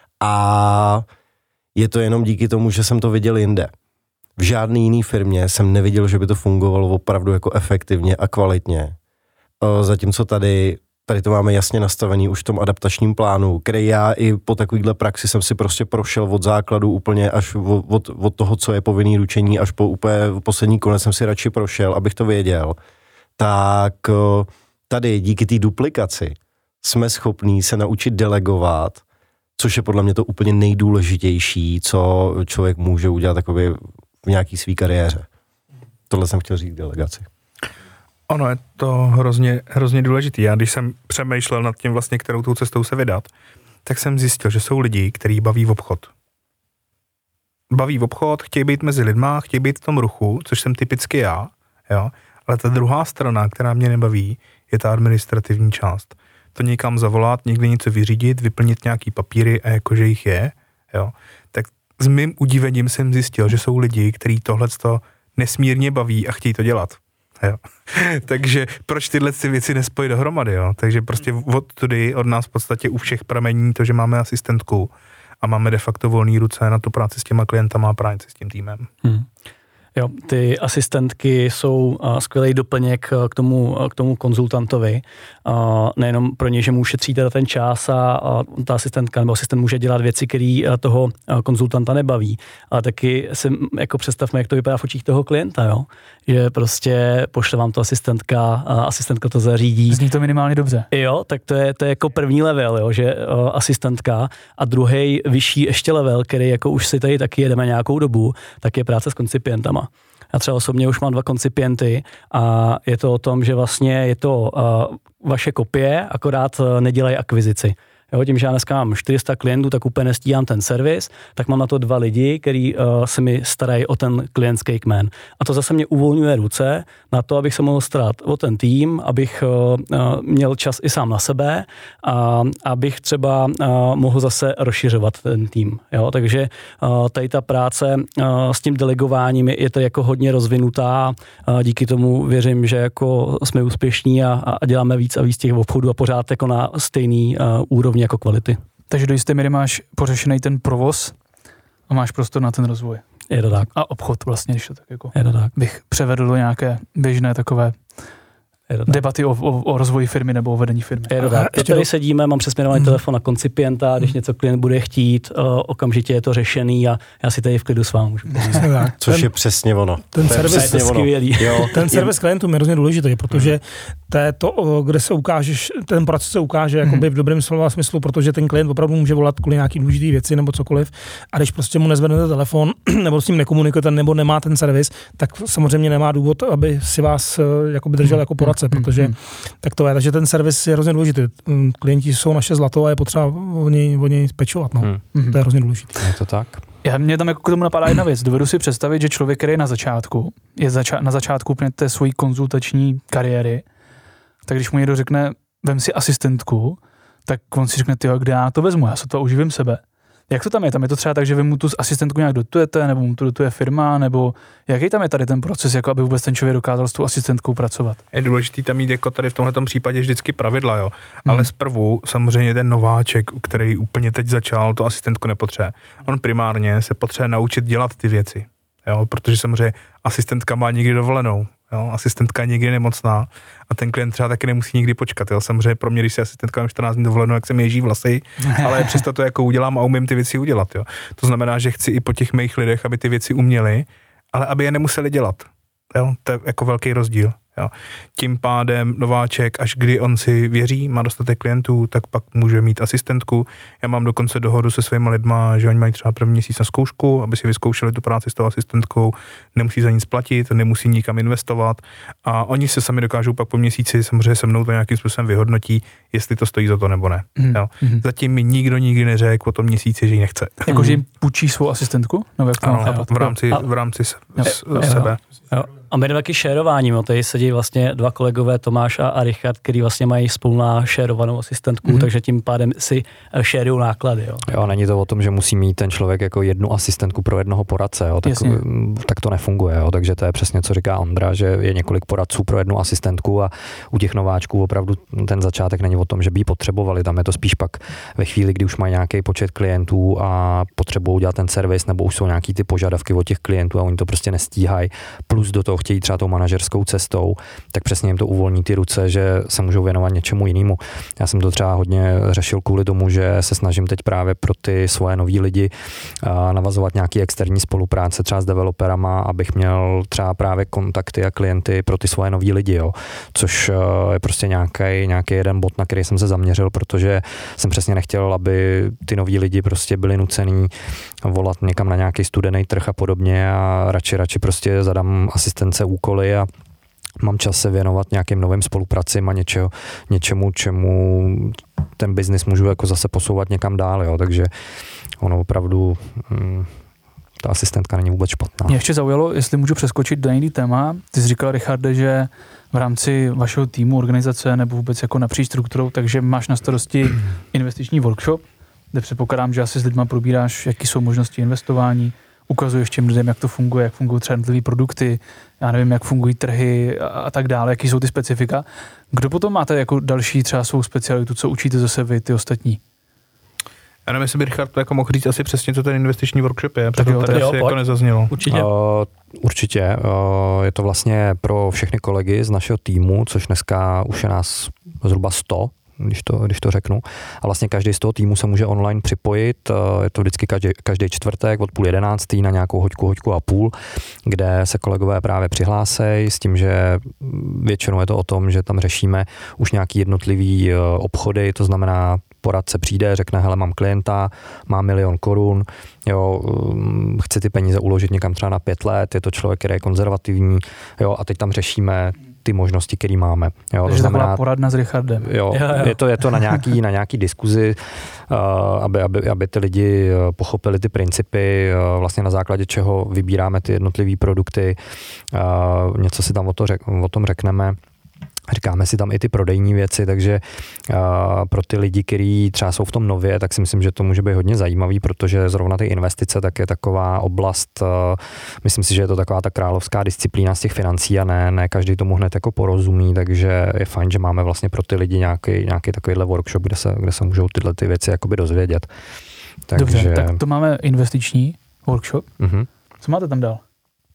a je to jenom díky tomu, že jsem to viděl jinde. V žádné jiné firmě jsem neviděl, že by to fungovalo opravdu jako efektivně a kvalitně. Zatímco tady, tady to máme jasně nastavený už v tom adaptačním plánu, který já i po takovýhle praxi jsem si prostě prošel od základu úplně až od, od toho, co je povinný ručení, až po úplně poslední konec jsem si radši prošel, abych to věděl. Tak tady díky té duplikaci jsme schopní se naučit delegovat, což je podle mě to úplně nejdůležitější, co člověk může udělat takový v nějaký svý kariéře. Tohle jsem chtěl říct delegaci. Ono je to hrozně, hrozně důležitý. Já když jsem přemýšlel nad tím vlastně, kterou tou cestou se vydat, tak jsem zjistil, že jsou lidi, kteří baví v obchod. Baví v obchod, chtějí být mezi lidma, chtějí být v tom ruchu, což jsem typicky já, jo? Ale ta druhá strana, která mě nebaví, je ta administrativní část. To někam zavolat, někde něco vyřídit, vyplnit nějaký papíry a jakože jich je, jo? Tak s mým udivením jsem zjistil, že jsou lidi, kteří tohleto nesmírně baví a chtějí to dělat. Jo. Takže proč tyhle ty věci nespojit dohromady, jo? Takže prostě od tudy od nás v podstatě u všech pramení to, že máme asistentku a máme de facto volný ruce na tu práci s těma klientama a práci s tím týmem. Hmm. Jo, ty asistentky jsou uh, skvělý doplněk uh, k tomu, uh, k tomu konzultantovi. Uh, nejenom pro ně, že mu ušetříte ten čas a uh, ta asistentka nebo asistent může dělat věci, které uh, toho uh, konzultanta nebaví. Ale taky si jako představme, jak to vypadá v očích toho klienta, jo? Že prostě pošle vám to asistentka, uh, asistentka to zařídí. Zní to minimálně dobře. Jo, tak to je, to je jako první level, jo? Že uh, asistentka a druhý vyšší ještě level, který jako už si tady taky jedeme nějakou dobu, tak je práce s koncipientama. Já třeba osobně už mám dva koncipienty a je to o tom, že vlastně je to uh, vaše kopie, akorát uh, nedělají akvizici. Jo, tím, že já dneska mám čtyři sta klientů, tak úplně nestíhám ten servis, tak mám na to dva lidi, kteří uh, se mi starají o ten klientský kmen. A to zase mě uvolňuje ruce na to, abych se mohl starat o ten tým, abych uh, uh, měl čas i sám na sebe a abych třeba uh, mohl zase rozšiřovat ten tým. Jo? Takže uh, tady ta práce uh, s tím delegováním je, je to jako hodně rozvinutá. Uh, díky tomu věřím, že jako jsme úspěšní a, a děláme víc a víc těch obchodů a pořád jako na stejný uh, úrovni jako kvality. Takže do jisté míry máš pořešený ten provoz a máš prostor na ten rozvoj. Je to tak. A obchod vlastně, když to tak jako je to tak. bych převedl do nějaké běžné takové debaty o, o, o rozvoji firmy nebo o vedení firmy. Je to tak. Teď tady sedíme, mám přesměrovaný hmm. telefon na koncipienta, když něco klient bude chtít, uh, okamžitě je to řešený a já si tady v klidu s vámi můžu. Což je přesně ono. Ten servis je skvělý. Ten servis klientům je hrozně důležitý, protože to je to, kde se ukážeš, ten proces se ukáže jakoby v dobrém slova smyslu, protože ten klient opravdu může volat kvůli nějaký důležitý věci nebo cokoliv. A když prostě mu nezvednete telefon nebo s ním nekomunikujete nebo nemá ten servis, tak samozřejmě nemá důvod, aby si vás jakoby držel jako poradce, protože tak to je. Takže ten servis je hrozně důležitý. Klienti jsou naše zlato a je potřeba o něj, o něj pečovat. No. Hmm. To je hrozně důležité. Je to tak? Já, mě tam jako k tomu napadá jedna věc. Dovedu si představit, že člověk, který je na začátku, je zača- na začátku úplně té svojí konzultační kariéry, tak když mu někdo řekne, vem si asistentku, tak on si řekne, tyjo, kde já to vezmu, já se to uživím sebe. Jak to tam je? Tam je to třeba tak, že vy mu tu asistentku nějak dotujete, nebo mu to dotuje firma, nebo jaký tam je tady ten proces, jako aby vůbec ten člověk dokázal s tou asistentkou pracovat? Je důležitý tam mít jako tady v tomhletom případě vždycky pravidla, jo. Ale hmm. zprvu samozřejmě ten nováček, který úplně teď začal, tu asistentku nepotřebuje. On primárně se potřebuje naučit dělat ty věci, jo, protože samozřejmě asistentka má nikdy dovolenou. Jo, asistentka je nikdy nemocná a ten klient třeba taky nemusí nikdy počkat. Jo. Samozřejmě pro mě, když si asistentka mám čtrnáct dní dovolenou, jak se mi ježí vlasy, ale přesto to jako udělám a umím ty věci udělat. Jo. To znamená, že chci i po těch mých lidech, aby ty věci uměli, ale aby je nemuseli dělat. Jo. To je jako velký rozdíl. Jo. Tím pádem nováček, až kdy on si věří, má dostatek klientů, tak pak může mít asistentku. Já mám dokonce dohodu se svými lidma, že oni mají třeba první měsíc na zkoušku, aby si vyzkoušeli tu práci s tou asistentkou, nemusí za nic platit, nemusí nikam investovat a oni se sami dokážou pak po měsíci samozřejmě se mnou to nějakým způsobem vyhodnotí, jestli to stojí za to nebo ne. Mm. Jo. Zatím mi nikdo nikdy neřekl o tom měsíci, že ji nechce. Jakože jim půjčí svou asistentku? Nebo jak to ano, chápat? v rámci, v rámci s, s, jo, sebe. Jo. A my jdeme taky šérováním, tady sedí vlastně dva kolegové Tomáš a, a Richard, který vlastně mají spolu na šérovanou asistentku, mm-hmm. takže tím pádem si šérují náklady. Jo. jo, není to o tom, že musí mít ten člověk jako jednu asistentku pro jednoho poradce, jo, tak, tak to nefunguje, jo, takže to je přesně, co říká Ondra, že je několik poradců pro jednu asistentku a u těch nováčků opravdu ten začátek není o tom, že by ji potřebovali, tam je to spíš pak ve chvíli, kdy už mají nějaký počet klientů a potřebují dělat ten servis, nebo už jsou nějaký ty požadavky od těch klientů a oni to prostě nestíhají, plus do toho chtějí třeba tou manažerskou cestou, tak přesně jim to uvolní ty ruce, že se můžou věnovat něčemu jinému. Já jsem to třeba hodně řešil kvůli tomu, že se snažím teď právě pro ty svoje nový lidi navazovat nějaký externí spolupráce třeba s developerama, abych měl třeba právě kontakty a klienty pro ty svoje nový lidi, jo. Což je prostě nějaký, nějaký jeden bod, na který jsem se zaměřil, protože jsem přesně nechtěl, aby ty noví lidi prostě byli nucený volat někam na nějaký studený trh a podobně a radši, radši prostě zadám asistence úkoly a mám čas se věnovat nějakým novým spolupracím a něčeho, něčemu, čemu ten biznis můžu jako zase posouvat někam dál, jo, takže ono opravdu hm, ta asistentka není vůbec špatná. Mě ještě zaujalo, jestli můžu přeskočit do jiný téma. Ty jsi říkal, Richarde, že v rámci vašeho týmu, organizace nebo vůbec jako napříč strukturou, takže máš na starosti investiční workshop, kde předpokládám, že asi s lidma probíráš, jaký jsou možnosti investování, ukazuješ těm lidem, jak to funguje, jak fungují třeba jednotlivé produkty, já nevím, jak fungují trhy a, a tak dále, jaký jsou ty specifika. Kdo potom máte jako další třeba svou specialitu, co učíte zase vy, ty ostatní? Já nevím, jestli by Richard to jako mohl říct asi přesně, co ten investiční workshop je, protože jo, to tady jo, asi jako nezaznělo. Určitě. Uh, určitě. Uh, je to vlastně pro všechny kolegy z našeho týmu, což dneska už je nás zhruba sto, když to, když to řeknu. A vlastně každý z toho týmu se může online připojit. Je to vždycky každý, každý čtvrtek od půl jedenáctý na nějakou hoďku, hoďku a půl, kde se kolegové právě přihlásejí s tím, že většinou je to o tom, že tam řešíme už nějaký jednotlivý obchody, to znamená poradce přijde, řekne, hele, mám klienta, mám milion korun, jo, chci ty peníze uložit někam třeba na pět let, je to člověk, který je konzervativní, jo, a teď tam řešíme ty možnosti, které máme. Jo, Takže to znamená poradna s Richardem. Jo, jo, jo. Je, to, je to na nějaký, na nějaký diskuzi, uh, aby, aby, aby ty lidi pochopili ty principy, uh, vlastně na základě čeho vybíráme ty jednotlivé produkty, uh, něco si tam o, to řek, o tom řekneme. Říkáme si tam i ty prodejní věci, takže uh, pro ty lidi, kteří třeba jsou v tom nově, tak si myslím, že to může být hodně zajímavý, protože zrovna ty investice tak je taková oblast, uh, myslím si, že je to taková ta královská disciplína z těch financí a ne, ne každý tomu hned jako porozumí, takže je fajn, že máme vlastně pro ty lidi nějaký, nějaký takovýhle workshop, kde se, kde se můžou tyhle ty věci jakoby dozvědět. Takže... Dobře, tak to máme investiční workshop. Uh-huh. Co máte tam dál?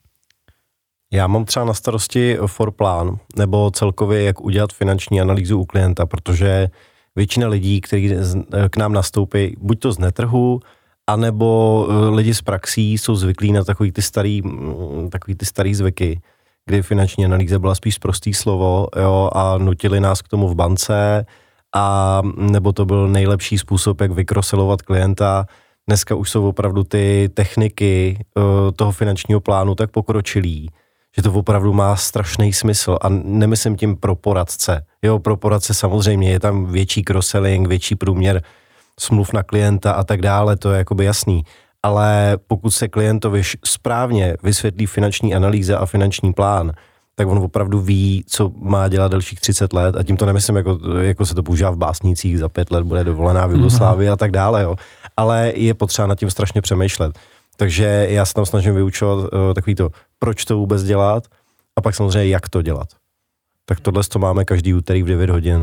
Já mám třeba na starosti forplán, nebo celkově jak udělat finanční analýzu u klienta, protože většina lidí, kteří k nám nastoupí, buď to z netrhu, anebo lidi z praxí jsou zvyklí na takový ty starý, takový ty starý zvyky, kdy finanční analýza byla spíš prostý slovo, jo, a nutili nás k tomu v bance, a nebo to byl nejlepší způsob, jak vykrosilovat klienta. Dneska už jsou opravdu ty techniky toho finančního plánu tak pokročilý, že to opravdu má strašný smysl a nemyslím tím pro poradce. Jo, pro poradce samozřejmě je tam větší cross-selling, větší průměr smluv na klienta a tak dále, to je jakoby jasný. Ale pokud se klientovi správně vysvětlí finanční analýza a finanční plán, tak on opravdu ví, co má dělat dalších třicet let a tím to nemyslím, jako, jako se to používá v básnicích, za pět let bude dovolená v Jugoslávii a tak dále, jo. Ale je potřeba nad tím strašně přemýšlet. Takže já se tam snažím vyučovat uh, takový to, proč to vůbec dělat a pak samozřejmě jak to dělat. Tak tohle to máme každý úterý v devět hodin.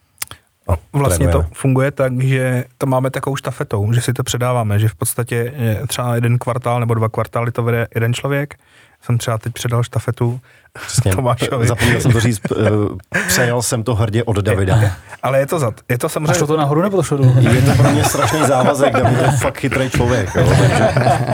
A vlastně trénujeme. To funguje tak, že to máme takovou štafetou, že si to předáváme, že v podstatě třeba jeden kvartál nebo dva kvartály to vede jeden člověk. Jsem třeba teď předal štafetu Tomášovi. Zapomněl jsem to říct, přejal jsem to hrdě od Davida. Ale je to zad. Je to samozřejmě... A šlo to nahoru nebo to šlo dolů? Je to pro mě strašný závazek, David je fakt chytrý člověk. Jo, takže...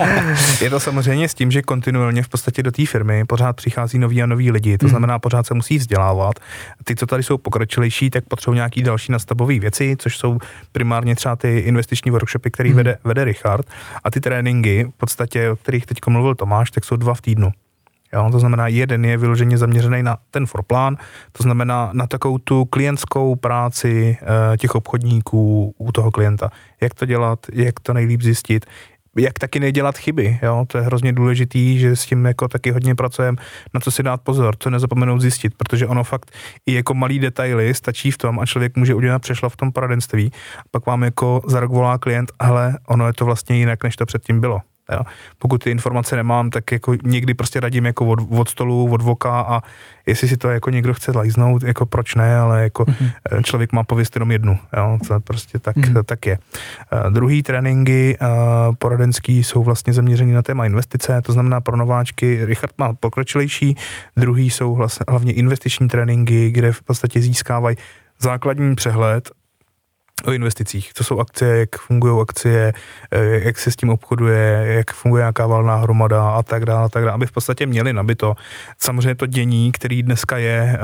Je to samozřejmě s tím, že kontinuálně v podstatě do té firmy pořád přichází noví a noví lidi, to znamená pořád se musí vzdělávat. Ty, co tady jsou pokročilejší, tak potřebují nějaký další nastavové věci, což jsou primárně třeba ty investiční workshopy, který vede, vede Richard, a ty tréninky, v podstatě, o kterých teď mluvil Tomáš, tak jsou dva v týdnu. Jo, to znamená, jeden je vyloženě zaměřený na ten forplán, to znamená na takovou tu klientskou práci e, těch obchodníků u toho klienta. Jak to dělat, jak to nejlíp zjistit, jak taky nedělat chyby, jo, to je hrozně důležitý, že s tím jako taky hodně pracujeme, na co si dát pozor, co nezapomenout zjistit, protože ono fakt i jako malý detaily stačí v tom a člověk může udělat přešla v tom poradenství, pak vám jako za rok volá klient, hele, ono je to vlastně jinak, než to předtím bylo. Jo. Pokud ty informace nemám, tak jako někdy prostě radím jako od, od stolu, od voka a jestli si to jako někdo chce lajznout, jako proč ne, ale jako mm-hmm. člověk má pověst jenom jednu, jo, to prostě tak, mm-hmm. tak je. Uh, druhý tréninky uh, poradenský jsou vlastně zaměřený na téma investice, to znamená pro nováčky, Richard má pokročilejší, druhý jsou vlastně, hlavně investiční tréninky, kde v podstatě získávají základní přehled o investicích, co jsou akcie, jak fungují akcie, jak se s tím obchoduje, jak funguje nějaká valná hromada a tak dále, a tak dále, aby v podstatě měli nabito. Samozřejmě to dění, který dneska je,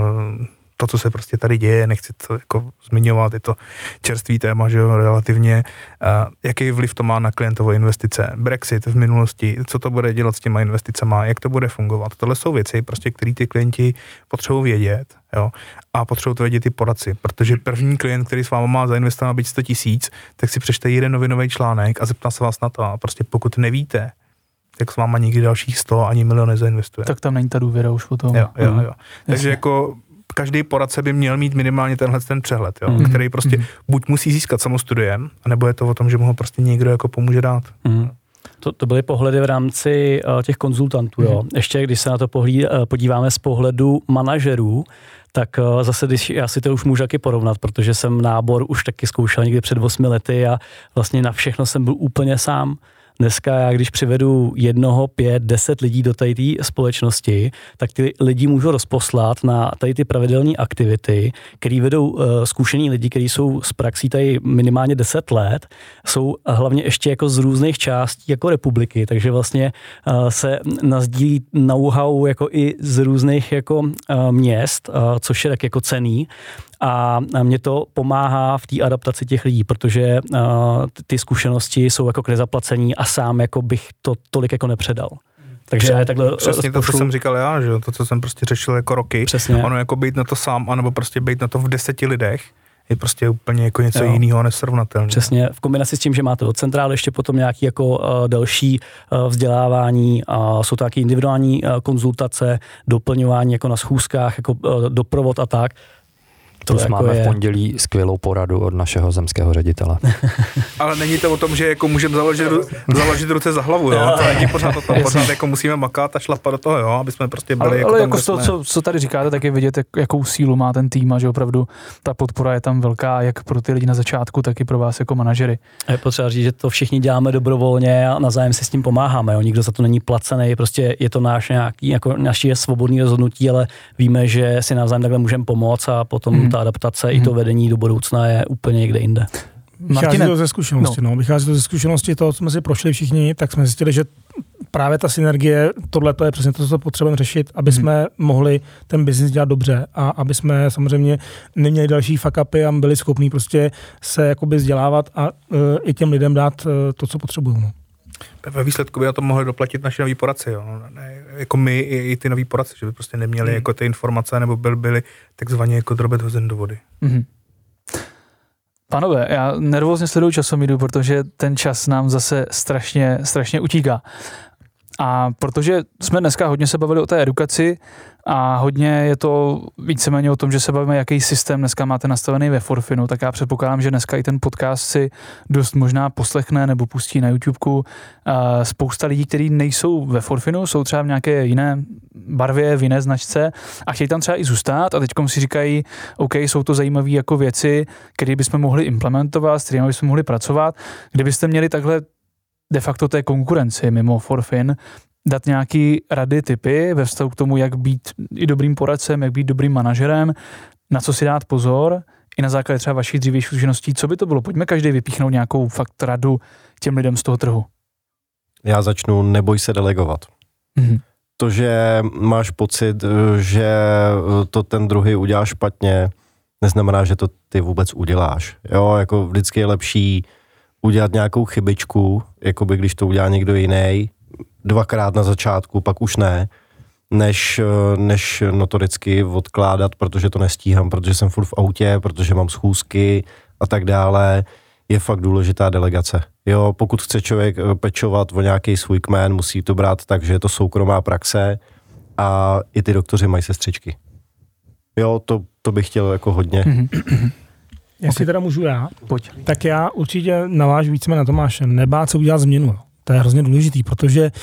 to, co se prostě tady děje, nechci to jako zmiňovat, je to čerstvý téma, že jo, relativně, jaký vliv to má na klientové investice, Brexit v minulosti, co to bude dělat s těma investicema, jak to bude fungovat. Tohle jsou věci, prostě, které ty klienti potřebují vědět, jo, a potřebují to vědět i poradci, protože první klient, který s váma má zainvestovat být sto tisíc, tak si přečte jeden novinový článek a zeptá se vás na to, a prostě pokud nevíte, tak s váma nikdy dalších sto ani milion nezainvestuje. Tak tam není ta důvěra už o tom. Jo, jo, jo. Takže jako každý poradce by měl mít minimálně tenhle ten přehled, jo, mm. který prostě mm. buď musí získat samostudiem, anebo je to o tom, že mu ho prostě někdo jako pomůže dát. Mm. To, to byly pohledy v rámci uh, těch konzultantů. Jo. Mm. Ještě když se na to pohlí, uh, podíváme z pohledu manažerů, tak uh, zase, když já si to už můžu taky porovnat, protože jsem nábor už taky zkoušel někdy před osmi lety a vlastně na všechno jsem byl úplně sám. Dneska já, když přivedu jednoho, pět, deset lidí do tady té společnosti, tak ty lidi můžu rozposlat na tady ty pravidelné aktivity, které vedou uh, zkušení lidi, kteří jsou z praxí tady minimálně deset let, jsou hlavně ještě jako z různých částí jako republiky, takže vlastně uh, se nazdílí know-how jako i z různých jako uh, měst, uh, což je tak jako cenný. A mě to pomáhá v té adaptaci těch lidí, protože uh, ty zkušenosti jsou jako k nezaplacení a sám jako bych to tolik jako nepředal. Takže já je takhle přesně to, co jsem říkal já, že to, co jsem prostě řešil jako roky. Přesně. Ono jako být na to sám, anebo prostě být na to v deseti lidech, je prostě úplně jako něco jiného nesrovnatelného. Přesně, v kombinaci s tím, že máte od centrály ještě potom nějaký jako uh, další uh, vzdělávání, uh, jsou to taky individuální uh, konzultace, doplňování jako na schůzkách, jako uh, doprovod a tak. To jako máme je... v pondělí skvělou poradu od našeho zemského ředitele. Ale není to o tom, že jako můžeme založit, založit ruce za hlavu, jo? To není pořád o tom, pořád jako musíme makat a šlapat do toho, jo? Aby jsme prostě byli ale, jako ale tam, jako to, co, co tady říkáte, tak je vidět, jak, jakou sílu má ten tým a že opravdu ta podpora je tam velká, jak pro ty lidi na začátku, tak i pro vás jako manažery. Je potřeba říct, že to všichni děláme dobrovolně a navzájem si s tím pomáháme, jo? Nikdo za to není placený, prostě je to náš nějaký, jako naše svobodné rozhodnutí, ale víme, že si navzájem takhle můžeme pomoct a potom hmm. ta adaptace hmm. i to vedení do budoucna je úplně někde jinde. Vychází to ze zkušenosti, no. no. Vychází to ze zkušenosti toho, co jsme si prošli všichni, tak jsme zjistili, že právě ta synergie, tohle to je přesně to, co potřebujeme řešit, aby hmm. jsme mohli ten biznis dělat dobře a aby jsme samozřejmě neměli další fuck upy a byli schopní prostě se jakoby vzdělávat a uh, i těm lidem dát uh, to, co potřebují. No. Ve výsledku by na to mohli doplatit naši noví poradci, jo. Ne, jako my i, i ty noví poradci, že by prostě neměli hmm. jako ty informace nebo byli, byli takzvaně jako drobet hozen do vody. Hmm. Pánové, já nervózně sleduju časomíru, protože ten čas nám zase strašně, strašně utíká. A protože jsme dneska hodně se bavili o té edukaci a hodně je to víceméně o tom, že se bavíme, jaký systém dneska máte nastavený ve Forfinu, tak já předpokládám, že dneska i ten podcast si dost možná poslechne nebo pustí na YouTubeku spousta lidí, kteří nejsou ve Forfinu, jsou třeba v nějaké jiné barvě, v jiné značce a chtějí tam třeba i zůstat a teďkom si říkají, OK, jsou to zajímavé jako věci, které bychom mohli implementovat, s kterými bychom mohli pracovat. Kdybyste měli takhle de facto té konkurenci mimo Forfin, dát nějaký rady, tipy ve vztahu k tomu, jak být i dobrým poradcem, jak být dobrým manažerem, na co si dát pozor, i na základě třeba vašich dřívějších zkušeností, co by to bylo? Pojďme každý vypíchnout nějakou fakt radu těm lidem z toho trhu. Já začnu, neboj se delegovat. Mhm. To, že máš pocit, že to ten druhý udělá špatně, neznamená, že to ty vůbec uděláš. Jo, jako vždycky je lepší udělat nějakou chybičku, jako by když to udělá někdo jiný, dvakrát na začátku, pak už ne, než, než notoricky odkládat, protože to nestíhám, protože jsem furt v autě, protože mám schůzky a tak dále. Je fakt důležitá delegace. Jo, pokud chce člověk pečovat o nějaký svůj kmen, musí to brát tak, že je to soukromá praxe a i ty doktoři mají sestřičky. Jo, to, to bych chtěl jako hodně. Mm-hmm. Jestli okay. teda můžu já, Pojď. tak já určitě navážu více na Tomáše, nebát se udělat změnu. To je hrozně důležitý, protože e,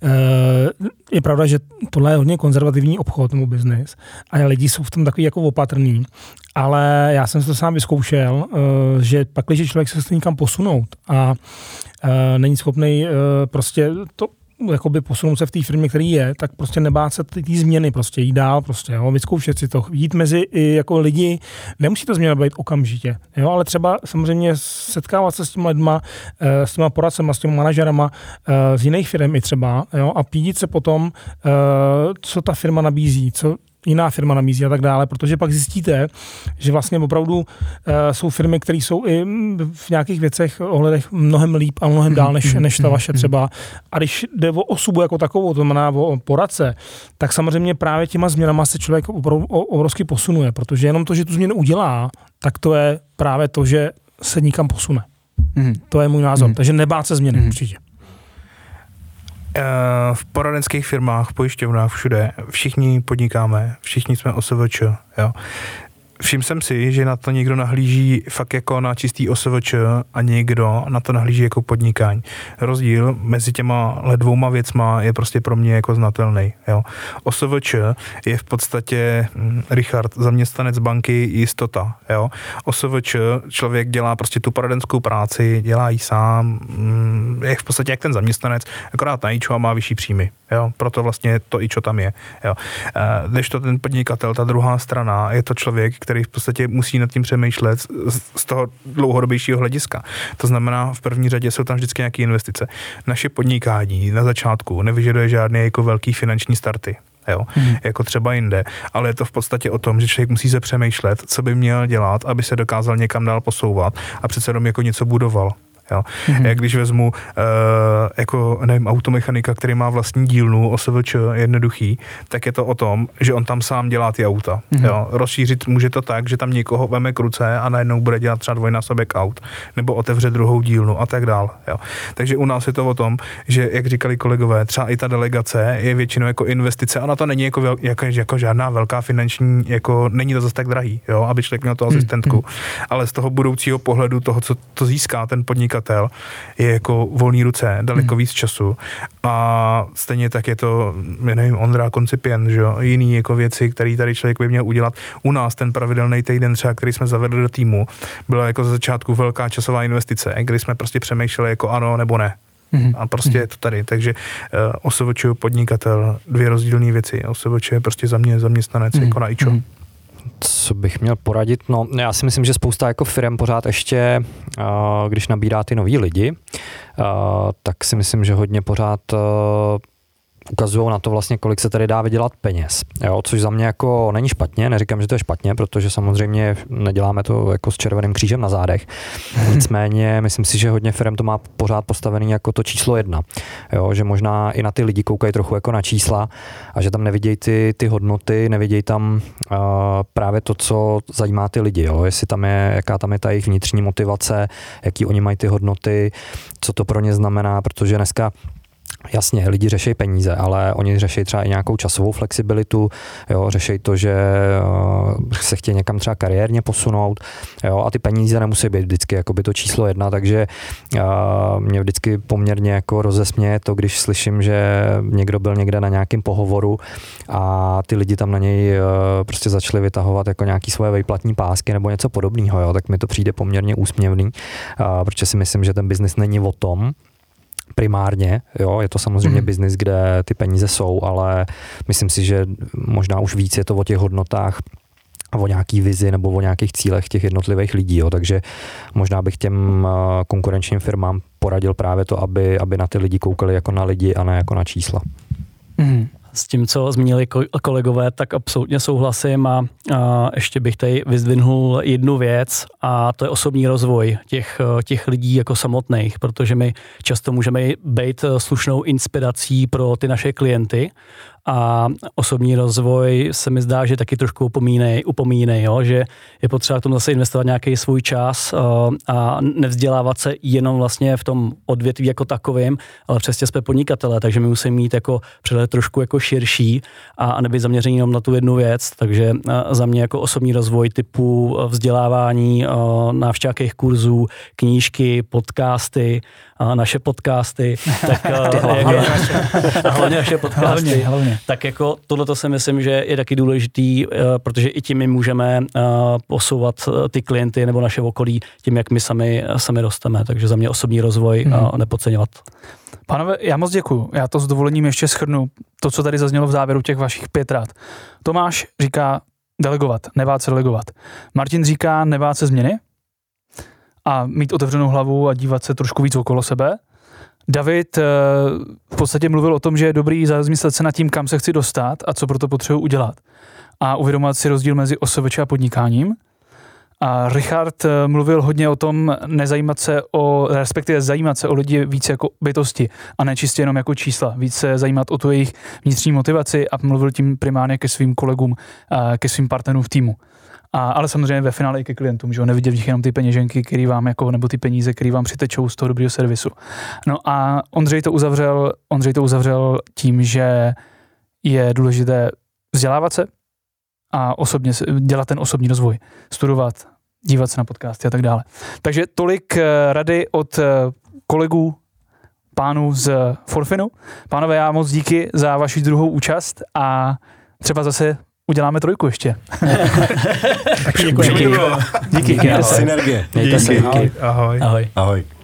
je pravda, že tohle je hodně konzervativní obchod nebo biznis a lidi jsou v tom takový jako opatrný, ale já jsem si to sám vyzkoušel, e, že pak, když člověk se chce někam posunout a e, není schopný e, prostě to jakoby posunout se v té firmě, který je, tak prostě nebát se ty změny, prostě jít dál, prostě, jo, vyzkoušet si to, jít mezi i jako lidi, nemusí to změna být okamžitě, jo, ale třeba samozřejmě setkávat se s těma lidma, s těma poradcema, s těma manažerama z jiných firm i třeba, jo, a pídit se potom, co ta firma nabízí, co jiná firma nabízí a tak dále, protože pak zjistíte, že vlastně opravdu uh, jsou firmy, které jsou i v nějakých věcech, ohledech mnohem líp a mnohem dál než, než ta vaše třeba. A když jde o osobu jako takovou, to znamená o poradce, tak samozřejmě právě těma změnama se člověk opravdu obrovsky posunuje, protože jenom to, že tu změnu udělá, tak to je právě to, že se nikam posune. Mm. To je můj názor. Mm. Takže nebát se změny mm. určitě. V poradenských firmách, pojišťovnách, všude, všichni podnikáme, všichni jsme O S V Č, jo. Všiml jsem si, že na to někdo nahlíží fakt jako na čistý O S V Č a někdo na to nahlíží jako podnikání. Rozdíl mezi těma dvouma věcma je prostě pro mě jako znatelný. Jo. O S V Č je v podstatě, hm, Richard, zaměstnanec banky, jistota. Jo. O S V Č člověk dělá prostě tu poradenskou práci, dělá ji sám, hm, je v podstatě jak ten zaměstnanec, akorát na ičo a má vyšší příjmy. Jo. Proto vlastně to ičo tam je. Jo. Než to ten podnikatel, ta druhá strana, je to člověk, který v podstatě musí nad tím přemýšlet z toho dlouhodobějšího hlediska. To znamená, v první řadě jsou tam vždycky nějaké investice. Naše podnikání na začátku nevyžaduje žádné jako velký finanční starty. Jo, hmm. jako třeba jinde, ale je to v podstatě o tom, že člověk musí se přemýšlet, co by měl dělat, aby se dokázal někam dál posouvat a přece jenom jako něco budoval. Jo. Mm-hmm. Jak když vezmu uh, jako, nevím, automechanika, který má vlastní dílnu, O S V Č, jednoduchý, tak je to o tom, že on tam sám dělá ty auta. Mm-hmm. Jo. Rozšířit může to tak, že tam někoho veme k ruce a najednou bude dělat třeba dvojnásobek aut, nebo otevře druhou dílnu a tak dál. Jo. Takže u nás je to o tom, že, jak říkali kolegové, třeba i ta delegace je většinou jako investice, a na to není jako, vel, jako, jako žádná velká finanční, jako není to zase tak drahý, jo, aby člověk měl tu asistentku, mm-hmm. ale z toho budoucího pohledu toho, co to získá ten podnikatel, je jako volný ruce, daleko mm-hmm. víc času a stejně tak je to, já nevím, Ondra, koncipient, že jo, jiný jako věci, které tady člověk by měl udělat. U nás ten pravidelný týden třeba, který jsme zavedli do týmu, byla jako za začátku velká časová investice, kdy jsme prostě přemýšleli jako ano nebo ne. Mm-hmm. A prostě je to tady. Takže uh, O S V Č, podnikatel, dvě rozdílné věci. O S V Č je prostě za mě zaměstnanec mm-hmm. jako na ičo. Mm-hmm. Co bych měl poradit? No, já si myslím, že spousta jako firem pořád ještě, uh, když nabírá ty nový lidi, uh, tak si myslím, že hodně pořád uh, ukazují na to vlastně, kolik se tady dá vydělat peněz. Jo, což za mě jako není špatně, neříkám, že to je špatně, protože samozřejmě neděláme to jako s červeným křížem na zádech. Nicméně myslím si, že hodně firm to má pořád postavený jako to číslo jedna. Jo, že možná i na ty lidi koukají trochu jako na čísla a že tam nevidějí ty, ty hodnoty, nevidějí tam uh, právě to, co zajímá ty lidi. Jo. Jestli tam je, jaká tam je ta jejich vnitřní motivace, jaký oni mají ty hodnoty, co to pro ně znamená, protože dneska jasně, lidi řeší peníze, ale oni řeší třeba i nějakou časovou flexibilitu, jo, řeší to, že uh, se chtějí někam třeba kariérně posunout, jo, a ty peníze nemusí být vždycky jakoby to číslo jedna, takže uh, mě vždycky poměrně jako rozesměje to, když slyším, že někdo byl někde na nějakém pohovoru a ty lidi tam na něj uh, prostě začali vytahovat jako nějaký svoje vejplatní pásky nebo něco podobného, jo, tak mi to přijde poměrně úsměvný, uh, protože si myslím, že ten biznis není o tom, primárně, jo, je to samozřejmě mm. biznis, kde ty peníze jsou, ale myslím si, že možná už víc je to o těch hodnotách a o nějaký vizi nebo o nějakých cílech těch jednotlivých lidí, jo, takže možná bych těm konkurenčním firmám poradil právě to, aby, aby na ty lidi koukali jako na lidi a ne jako na čísla. Mm. S tím, co zmínili kolegové, tak absolutně souhlasím a, a ještě bych tady vyzdvihnul jednu věc a to je osobní rozvoj těch, těch lidí jako samotných, protože my často můžeme být slušnou inspirací pro ty naše klienty a osobní rozvoj se mi zdá, že taky trošku upomínej, upomínej, jo? Že je potřeba k tomu zase investovat nějaký svůj čas uh, a nevzdělávat se jenom vlastně v tom odvětví jako takovým, ale přesně jsme podnikatelé, takže my musíme mít jako přehled trošku jako širší a, a nebyt zaměřený jenom na tu jednu věc, takže uh, za mě jako osobní rozvoj typu vzdělávání, uh, návštěvních kurzů, knížky, podcasty, uh, naše podcasty, tak uh, hlavně, hlavně naše podcasty. Hlavně, hlavně. Tak jako tohleto si myslím, že je taky důležitý, protože i tím my můžeme posouvat ty klienty nebo naše okolí tím, jak my sami, sami rosteme. Takže za mě osobní rozvoj hmm. nepodceňovat. Pánové, já moc děkuju. Já to s dovolením ještě shrnu. To, co tady zaznělo v závěru těch vašich pět rád. Tomáš říká delegovat, nebát se delegovat. Martin říká nebát se změny a mít otevřenou hlavu a dívat se trošku víc okolo sebe. David v podstatě mluvil o tom, že je dobrý zamyslet se nad tím, kam se chci dostat a co pro to potřebuji udělat. A uvědomovat si rozdíl mezi O S V Č a podnikáním. A Richard mluvil hodně o tom nezajímat se o, respektive zajímat se o lidi více jako bytosti a ne čistě jenom jako čísla. Více zajímat o tu jejich vnitřní motivaci a mluvil tím primárně ke svým kolegům, ke svým partnerům v týmu. A, ale samozřejmě ve finále i ke klientům, že ho nevidět v nich jenom ty peněženky, který vám jako, nebo ty peníze, které vám přitečou z toho dobrého servisu. No a Ondřej to uzavřel, Ondřej to uzavřel tím, že je důležité vzdělávat se a osobně dělat ten osobní rozvoj, studovat, dívat se na podcasty a tak dále. Takže tolik rady od kolegů, pánů z Forfinu. Pánové, já moc díky za vaši druhou účast a třeba zase uděláme trojku ještě. Děkuji. Díky. Díky. Synergie. Mějte se. Ahoj. Ahoj. Ahoj.